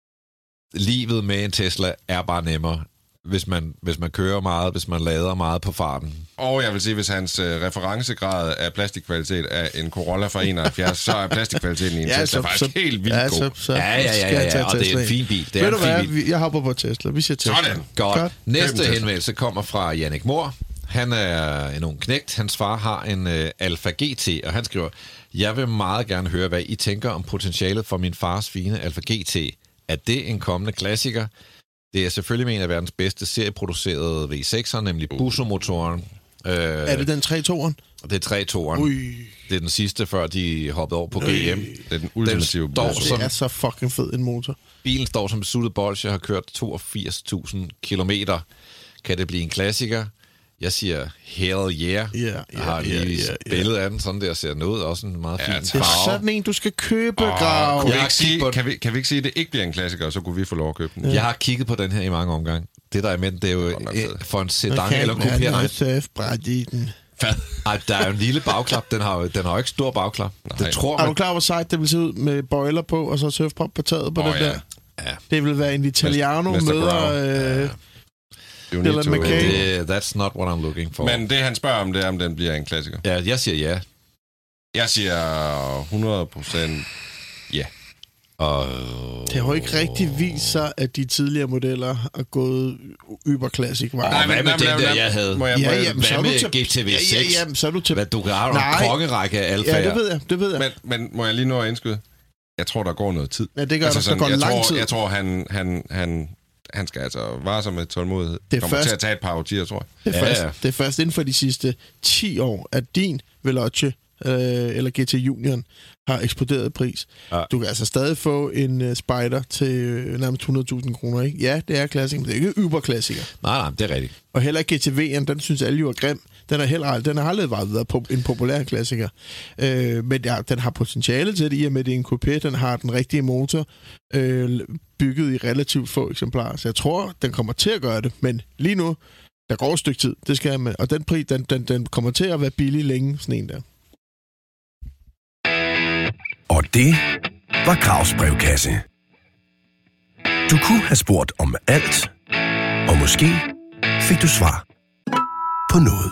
livet med en Tesla er bare nemmere, hvis man kører meget, hvis man lader meget på farten. Og jeg vil sige, hvis hans referencegrad af plastikkvalitet er en Corolla fra 71, så er plastikkvaliteten i en Tesla faktisk helt vildt god. Ja, og det er en fin bil. Ved du hvad, jeg hopper på Tesla. Vi siger Tesla. Sådan. Godt. Næste henvendelse kommer fra Jannik Mohr. Han er en ung knægt. Hans far har en Alfa GT, og han skriver, jeg vil meget gerne høre, hvad I tænker om potentialet for min fars fine Alfa GT. Er det en kommende klassiker? Det er selvfølgelig en af verdens bedste serieproducerede V6'er, nemlig Busso-motoren. Er det den 3.2'eren? Det er 3.2'eren. Det er den sidste, før de hoppede over på GM. Det er den ultimative det er så fucking fed en motor. Bilen står som besluttet bolsje, har kørt 82.000 kilometer. Kan det blive en klassiker? Jeg siger hell yeah. Jeg har lige billedet af den, sådan der ser den ud. Også en meget fin farve. Det er sådan en, du skal købe, Grav. Kan vi ikke sige, at det ikke bliver en klassiker, og så kunne vi få lov at købe den? Jeg har kigget på den her i mange omgange. Det der er med, det er jo for en sedan eller coupé. Ej, der er jo en lille bagklap. Den har jo ikke stor bagklap. Det tror man. Er du klar, hvor sejt det vil se ud med bøjler på, og så surfpop på taget på den der? Ja. Det vil være en Italiano møder... That's not what I'm looking for. Men det, han spørger om, det er, om den bliver en klassiker. Ja, jeg siger ja. Jeg siger 100% ja. Og det har jo ikke rigtig vist sig, at de tidligere modeller er gået yberklassik vej. Nej, hvad med den der, jeg havde? Hvad med GTV6? Jamen, så er du til... Hvad, du har en kongerække af alfaer. Ja, det ved jeg. Men må jeg lige nå at indskyde? Jeg tror, der går noget tid. Ja, det gør altså, der går lang tid. Jeg tror, han skal altså vare sig med tålmodighed. Det kommer til at tage et par årtier, tror jeg. Det er først inden for de sidste 10 år, at din Veloce eller GT Union har eksploderet i pris. Ja. Du kan altså stadig få en Spider til nærmest 100.000 kroner, ikke? Ja, det er klassiker, men det er ikke yberklassiker. Nej, det er rigtigt. Og heller ikke GTV'en, den synes alle jo er grim. Den har aldrig været en populær klassiker. Men ja, den har potentiale til det, i og med det er en coupé. Den har den rigtige motor, bygget i relativt få eksemplarer. Så jeg tror, den kommer til at gøre det. Men lige nu, der går et stykke tid. Det skal jeg med. Og den pris, den kommer til at være billig længe, sådan en der. Og det var Gravs brevkasse. Du kunne have spurgt om alt, og måske fik du svar på noget.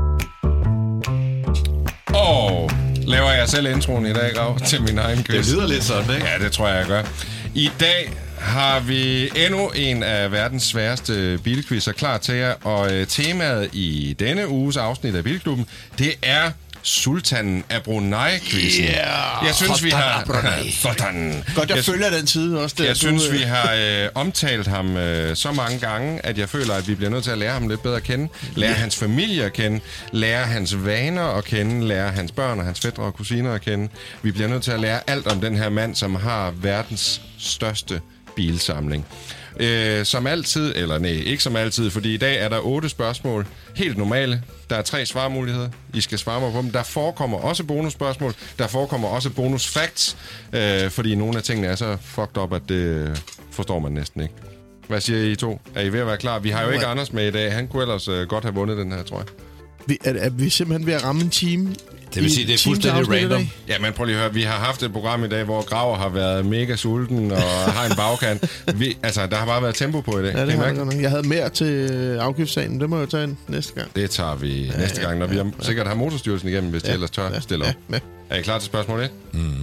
Laver jeg selv introen i dag, Grav, til min egen quiz? Det lyder lidt sådan, ikke? Ja, det tror jeg gør. I dag har vi endnu en af verdens sværeste bilquizzer klar til jer, og temaet i denne uges afsnit af Bilklubben, det er Sultanen af Brunei-quizzen. Yeah. Jeg synes, vi har... Godt, jeg følger den side også. Jeg synes, vi har omtalt ham så mange gange, at jeg føler, at vi bliver nødt til at lære ham lidt bedre at kende. Lære hans familie at kende. Lære hans vaner at kende. Lære hans børn og hans fætre og kusiner at kende. Vi bliver nødt til at lære alt om den her mand, som har verdens største bilsamling. Som altid, eller nej, ikke som altid, fordi i dag er der 8 spørgsmål. Helt normale. Der er 3 svarmuligheder. I skal svare mig på dem. Der forekommer også bonusspørgsmål. Der forekommer også bonus facts, fordi nogle af tingene er så fucked up, at det forstår man næsten ikke. Hvad siger I to? Er I ved at være klar? Vi har jo ikke Anders med i dag. Han kunne ellers godt have vundet den her, tror jeg. Er vi simpelthen ved at ramme en time? Det vil sige, det er fuldstændig random. Ja, men prøv lige at høre. Vi har haft et program i dag, hvor Graver har været mega sulten og har en bagkant. Der har bare været tempo på i dag. Ja, det har jeg. Jeg havde mere til afgiftssagen. Det må jeg tage næste gang. Det tager vi næste gang, når vi sikkert har Motorstyrelsen igennem, hvis det ellers tør stille op. Ja. Er I klar til spørgsmål 1?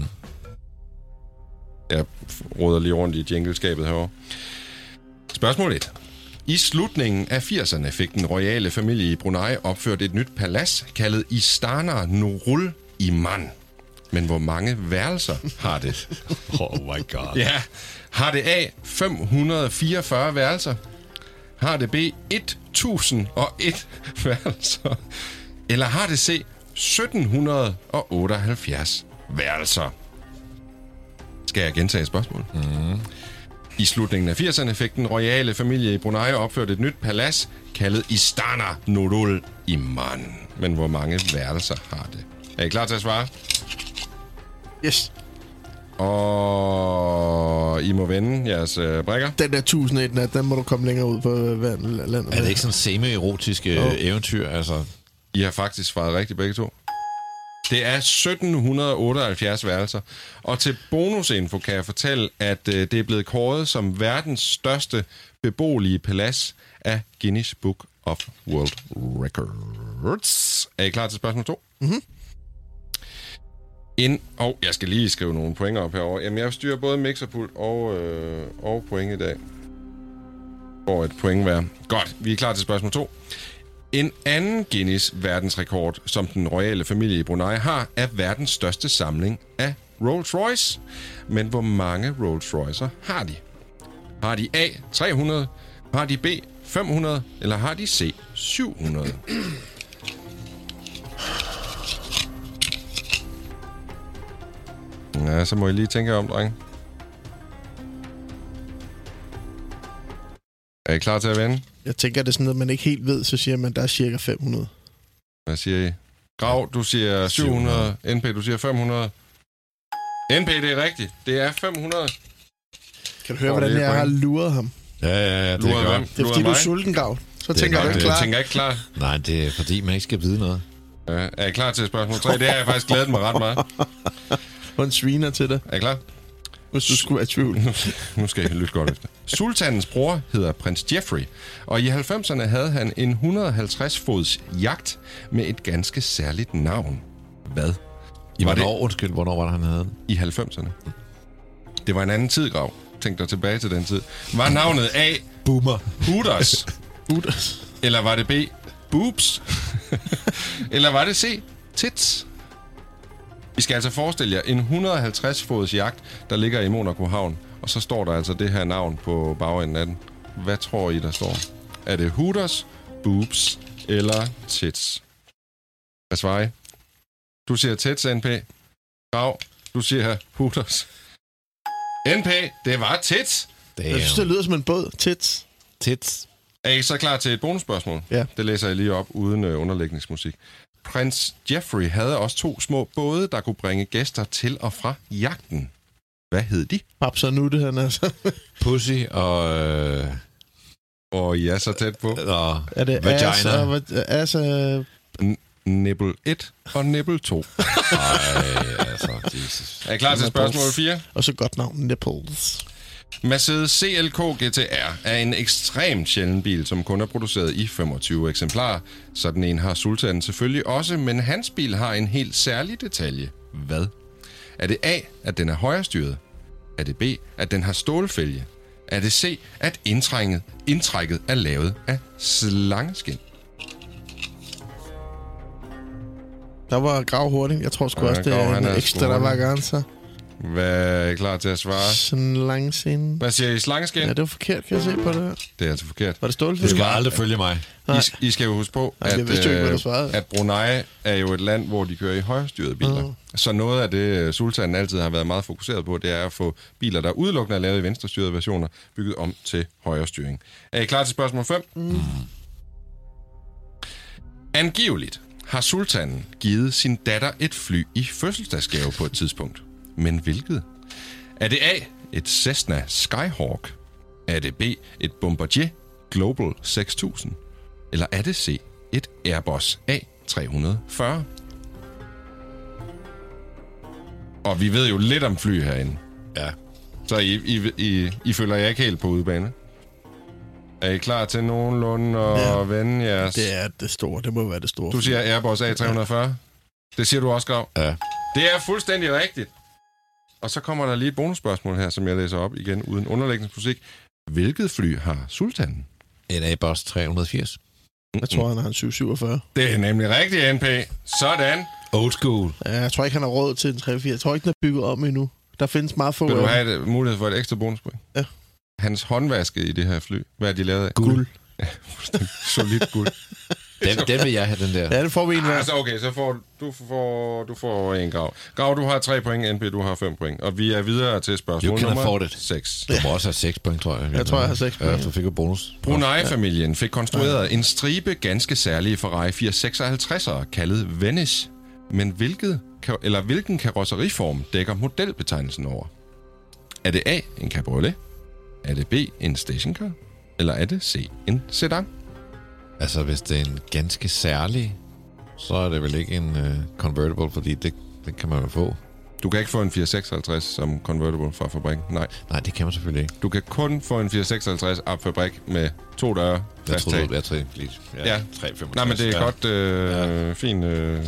Jeg råder lige rundt i jingleskabet herovre. Spørgsmål 1. I slutningen af 80'erne fik den royale familie i Brunei opført et nyt palads, kaldet Istana Nurul Iman. Men hvor mange værelser har det? Oh my god. Ja. Har det A, 544 værelser? Har det B, 1001 værelser? Eller har det C, 1778 værelser? Skal jeg gentage spørgsmålet? I slutningen af 80'erne fik den royale familie i Brunei opført et nyt palads, kaldet Istana Nurul Iman. Men hvor mange værelser har det? Er I klar til at svare? Yes. Og I må vende jeres brikker. Den der 1001 nat, den må du komme længere ud på landet. Er det ikke sådan semi-erotiske eventyr? Altså? I har faktisk svaret rigtigt begge to. Det er 1778 værelser. Og til bonusinfo kan jeg fortælle, at det er blevet kåret som verdens største beboelige palads af Guinness Book of World Records. Er I klar til spørgsmål 2? Mhm. Jeg skal lige skrive nogle pointer op herovre. Jamen, jeg styrer både mixerpult og point i dag. For et point hver. Godt, vi er klar til spørgsmål 2. En anden Guinness verdensrekord, som den royale familie i Brunei har, er verdens største samling af Rolls-Royce. Men hvor mange Rolls-Roycer har de? Har de A, 300? Har de B, 500? Eller har de C, 700? Ja, så må I lige tænke om, drenge. Er I klar til at vende? Jeg tænker, det er sådan noget, man ikke helt ved, så siger man, der er cirka 500. Hvad siger I? Grav, du siger 700. NP, du siger 500. NP, det er rigtigt. Det er 500. Kan du høre, hvordan jeg har luret ham? Ja, det er godt. Det er fordi, du er sulten, Grav. Så tænker jeg, jeg tænker ikke klar. Nej, det er fordi, man ikke skal vide noget. Er I klar til spørgsmål 3? Det har jeg faktisk glædet mig ret meget. Hvor en sviner til det. Er I klar? Hvis du skulle være i tvivl. Nu skal jeg lytte godt efter. Sultanens bror hedder prins Jeffrey, og i 90'erne havde han en 150-fods jagt med et ganske særligt navn. Hvad? Hvornår var det, han havde den? I 90'erne. Det var en anden tid, Grav. Tænk dig tilbage til den tid. Var navnet A. Boomer. Hooters? Hooters. Eller var det B. Boobs? Eller var det C. Tits? I skal altså forestille jer en 150-fods jagt, der ligger i Monaco Havn. Og så står der altså det her navn på bagenden af den. Hvad tror I, der står? Er det Hooters, Boobs eller Tits? Hvad svarer I? Du siger Tits, NP. Grav, du siger Hooters. NP, det var Tits. Jeg synes, det lyder som en båd. Tits. Er I så klar til et bonusspørgsmål? Ja. Det læser jeg lige op uden underlægningsmusik. Prins Jeffrey havde også 2 små både, der kunne bringe gæster til og fra jagten. Hvad hed de? Babs og Nutte, han altså. Pussy og... Og I er så tæt på. Og er det vagina. Nibble 1 og Nibble 2. Jesus. Er I klar til spørgsmål 4? Og så godt navn, Nipples. Mercedes CLK GTR er en ekstremt sjælden bil, som kun er produceret i 25 eksemplarer. Sådan en har Sultan selvfølgelig også, men hans bil har en helt særlig detalje. Hvad? Er det A, at den er højrestyret? Er det B, at den har stålfælge? Er det C, at indtrækket er lavet af slangeskin? Der var Grav hurtigt. Jeg tror sgu også, det er en ekstra, der var gerne så. Hvad er I klar til at svare? Slangeskin. Hvad siger I? Slangeskin? Ja, det var forkert, kan jeg se på det her. Det er altså forkert. Var det stålfælge? Du skal aldrig følge mig. I skal jo huske på, at Brunei er jo et land, hvor de kører i højrestyrede biler. Så noget af det, Sultanen altid har været meget fokuseret på, det er at få biler, der udelukkende er lavet i venstrestyrede versioner, bygget om til højrestyring. Er I klar til spørgsmål 5? Angiveligt har Sultanen givet sin datter et fly i fødselsdagsgave på et tidspunkt. Men hvilket? Er det A, et Cessna Skyhawk? Er det B, et Bombardier Global 6000? Eller er det C, et Airbus A340? Og vi ved jo lidt om fly herinde. Ja. Så I føler jer ikke helt på udebane? Er I klar til nogenlunde at vende jeres... Det er det store. Det må være det store. Du siger Airbus A340? Ja. Det siger du også, Grav? Ja. Det er fuldstændig rigtigt. Og så kommer der lige et bonusspørgsmål her, som jeg læser op igen uden underlægningsmusik. Hvilket fly har Sultanen? En Airbus 380. Jeg tror, han har en 747. Det er nemlig rigtigt, NP. Sådan. Old school. Ja, jeg tror ikke, han har råd til en 380. Jeg tror ikke, den er bygget om endnu. Der findes meget få... Vil du have mulighed for et ekstra bonuspoint? Ja. Hans håndvaske i det her fly. Hvad er de lavet af? Guld. Ja, solidt guld. Den vil jeg have, den der. Ja, det får vi en hver. Altså, okay, så får du får en Grav. Grav, du har 3 point, NP, du har 5 point. Og vi er videre til spørgsmål nummer 6. Du må også have 6 point, tror jeg. Jeg tror, jeg har 6 point. Ja, du fik jo bonus. Brunei-familien fik konstrueret en stribe ganske særlige Ferrari 456'ere, kaldet Venice. Men hvilken karrosseriform dækker modelbetegnelsen over? Er det A, en cabriolet? Er det B, en stationcar? Eller er det C, en sedan? Altså, hvis det er en ganske særlig, så er det vel ikke en convertible, fordi det kan man jo få. Du kan ikke få en 456 som convertible fra fabrikken, nej. Nej, det kan man selvfølgelig ikke. Du kan kun få en 456 af fabrik med 2 døre, fast tag. Jeg tror, ja. 365. Nej, men det er godt, fint.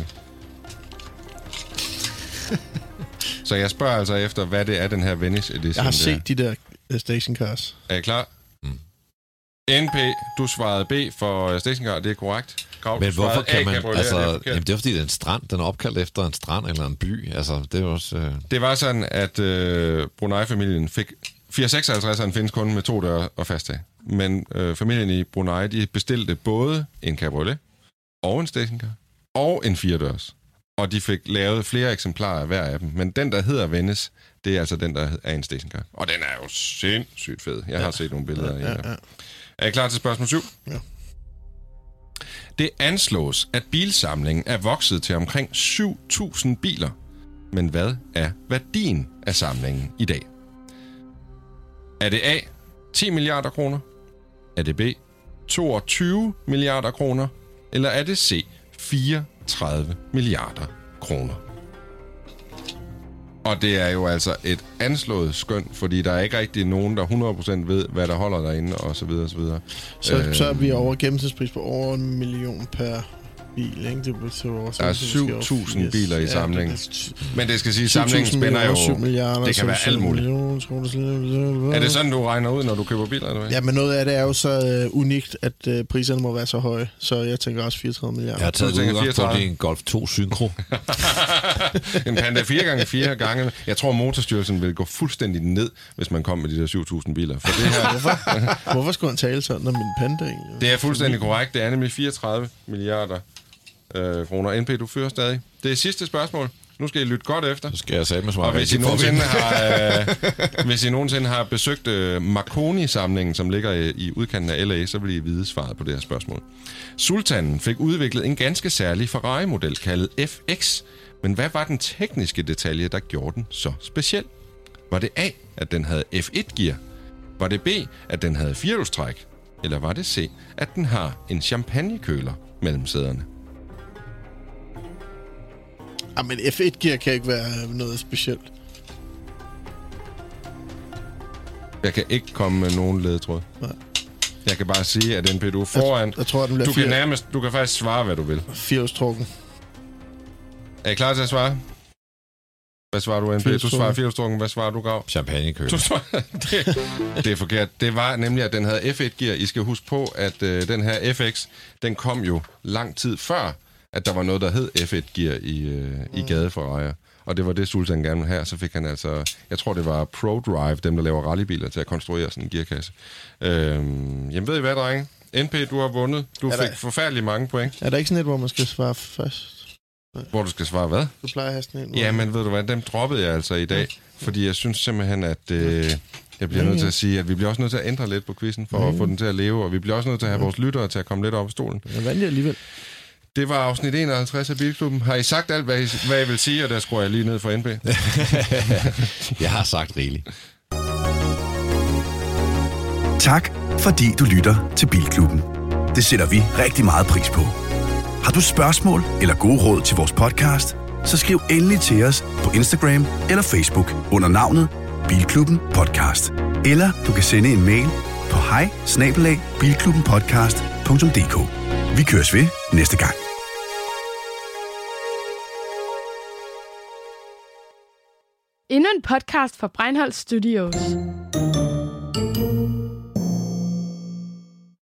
Så jeg spørger altså efter, hvad det er, den her Venice Edition. Jeg har set de der stationcars. Er I klar? NP, du svarede B for stationcar, det er korrekt. Grav, men hvorfor kan man... Altså, jamen, det er fordi, det er en strand. Den er opkaldt efter en strand eller en by. Altså, det er også... Det var sådan, at Brunei-familien fik... 456'eren findes kun med 2 døre og fasttag. Men familien i Brunei, de bestilte både en cabriolet og en stationcar og en 4-dørs. Og de fik lavet flere eksemplarer af hver af dem. Men den, der hedder Venice, det er altså den, der er en stationcar. Og den er jo sindssygt fed. Jeg har set nogle billeder af den. Er I klar til spørgsmål 7? Ja. Det anslås, at bilsamlingen er vokset til omkring 7.000 biler. Men hvad er værdien af samlingen i dag? Er det A, 10 milliarder kroner? Er det B, 22 milliarder kroner? Eller er det C, 34 milliarder kroner. Og det er jo altså et anslået skøn, fordi der er ikke rigtig nogen, der 100% ved, hvad der holder derinde, og så videre, og så videre. Så er vi over gennemsnitspris på over 1 million per bil, ikke? Det der er 7.000 biler i samlingen. Men det skal sige, at samlingen spænder jo... Det kan være alt muligt. Er det sådan, du regner ud, når du køber biler? Eller? Ja, men noget af det er jo så unikt, at priserne må være så høje. Så jeg tænker også 34 milliarder. Jeg har taget ud på en Golf 2 Synchro. En Panda 4x4 gange. Jeg tror, Motorstyrelsen vil gå fuldstændig ned, hvis man kom med de der 7.000 biler. For det her... Hvorfor skulle han tale sådan om min Panda egentlig? Det er fuldstændig korrekt. Det er nemlig 34 milliarder kroner. NP, du fører stadig. Det er sidste spørgsmål. Nu skal I lytte godt efter. Så skal jeg sige med svar. Og hvis I nogensinde har besøgt Marconi-samlingen, som ligger i udkanten af LA, så vil I vide svaret på det her spørgsmål. Sultanen fik udviklet en ganske særlig Ferrari-model kaldet FX. Men hvad var den tekniske detalje, der gjorde den så speciel? Var det A, at den havde F1-gear? Var det B, at den havde firehjulstræk? Eller var det C, at den har en champagnekøler mellem sæderne? Men F1-gear kan ikke være noget specielt. Jeg kan ikke komme med nogen ledetråd. Nej. Jeg kan bare sige, at NP, du er foran. Jeg tror, den bliver du kan faktisk svare, hvad du vil. Firehjulstrukken. Er I klar til at svare? Hvad svarer du, NP? Du svarer firehjulstrukken. Hvad svarer du, Grav? Champagnekøler. Det er forkert. Det var nemlig, at den havde F1-gear. I skal huske på, at den her FX, den kom jo lang tid før, at der var noget, der hed F1-gear i gadeforrejer. Og det var det, Sultan gerne ville have. Så fik han altså, jeg tror, det var ProDrive, dem der laver rallybiler, til at konstruere sådan en gearkasse. Jamen ved I hvad, drenge? NP, du har vundet. Du fik forfærdeligt mange point. Er der ikke sådan et, hvor man skal svare først? Hvor du skal svare hvad? Du plejer at have sådan en. Ja, men ved du hvad, dem droppede jeg altså i dag. Fordi jeg synes simpelthen, at jeg bliver nødt til at sige, at vi bliver også nødt til at ændre lidt på quizzen, for at få den til at leve. Og vi bliver også nødt til at have vores lyttere til at komme lidt op på stolen. Jeg vandt alligevel. Det var afsnit 51 af Bilklubben. Har I sagt alt, hvad I vil sige, og der skruer jeg lige ned for NB? Jeg har sagt rigeligt. Tak, fordi du lytter til Bilklubben. Det sætter vi rigtig meget pris på. Har du spørgsmål eller gode råd til vores podcast, så skriv endelig til os på Instagram eller Facebook under navnet Bilklubben Podcast. Eller du kan sende en mail på hej@bilklubbenpodcast.dk. Vi køres ved næste gang. Endnu en podcast fra Breinholt Studios.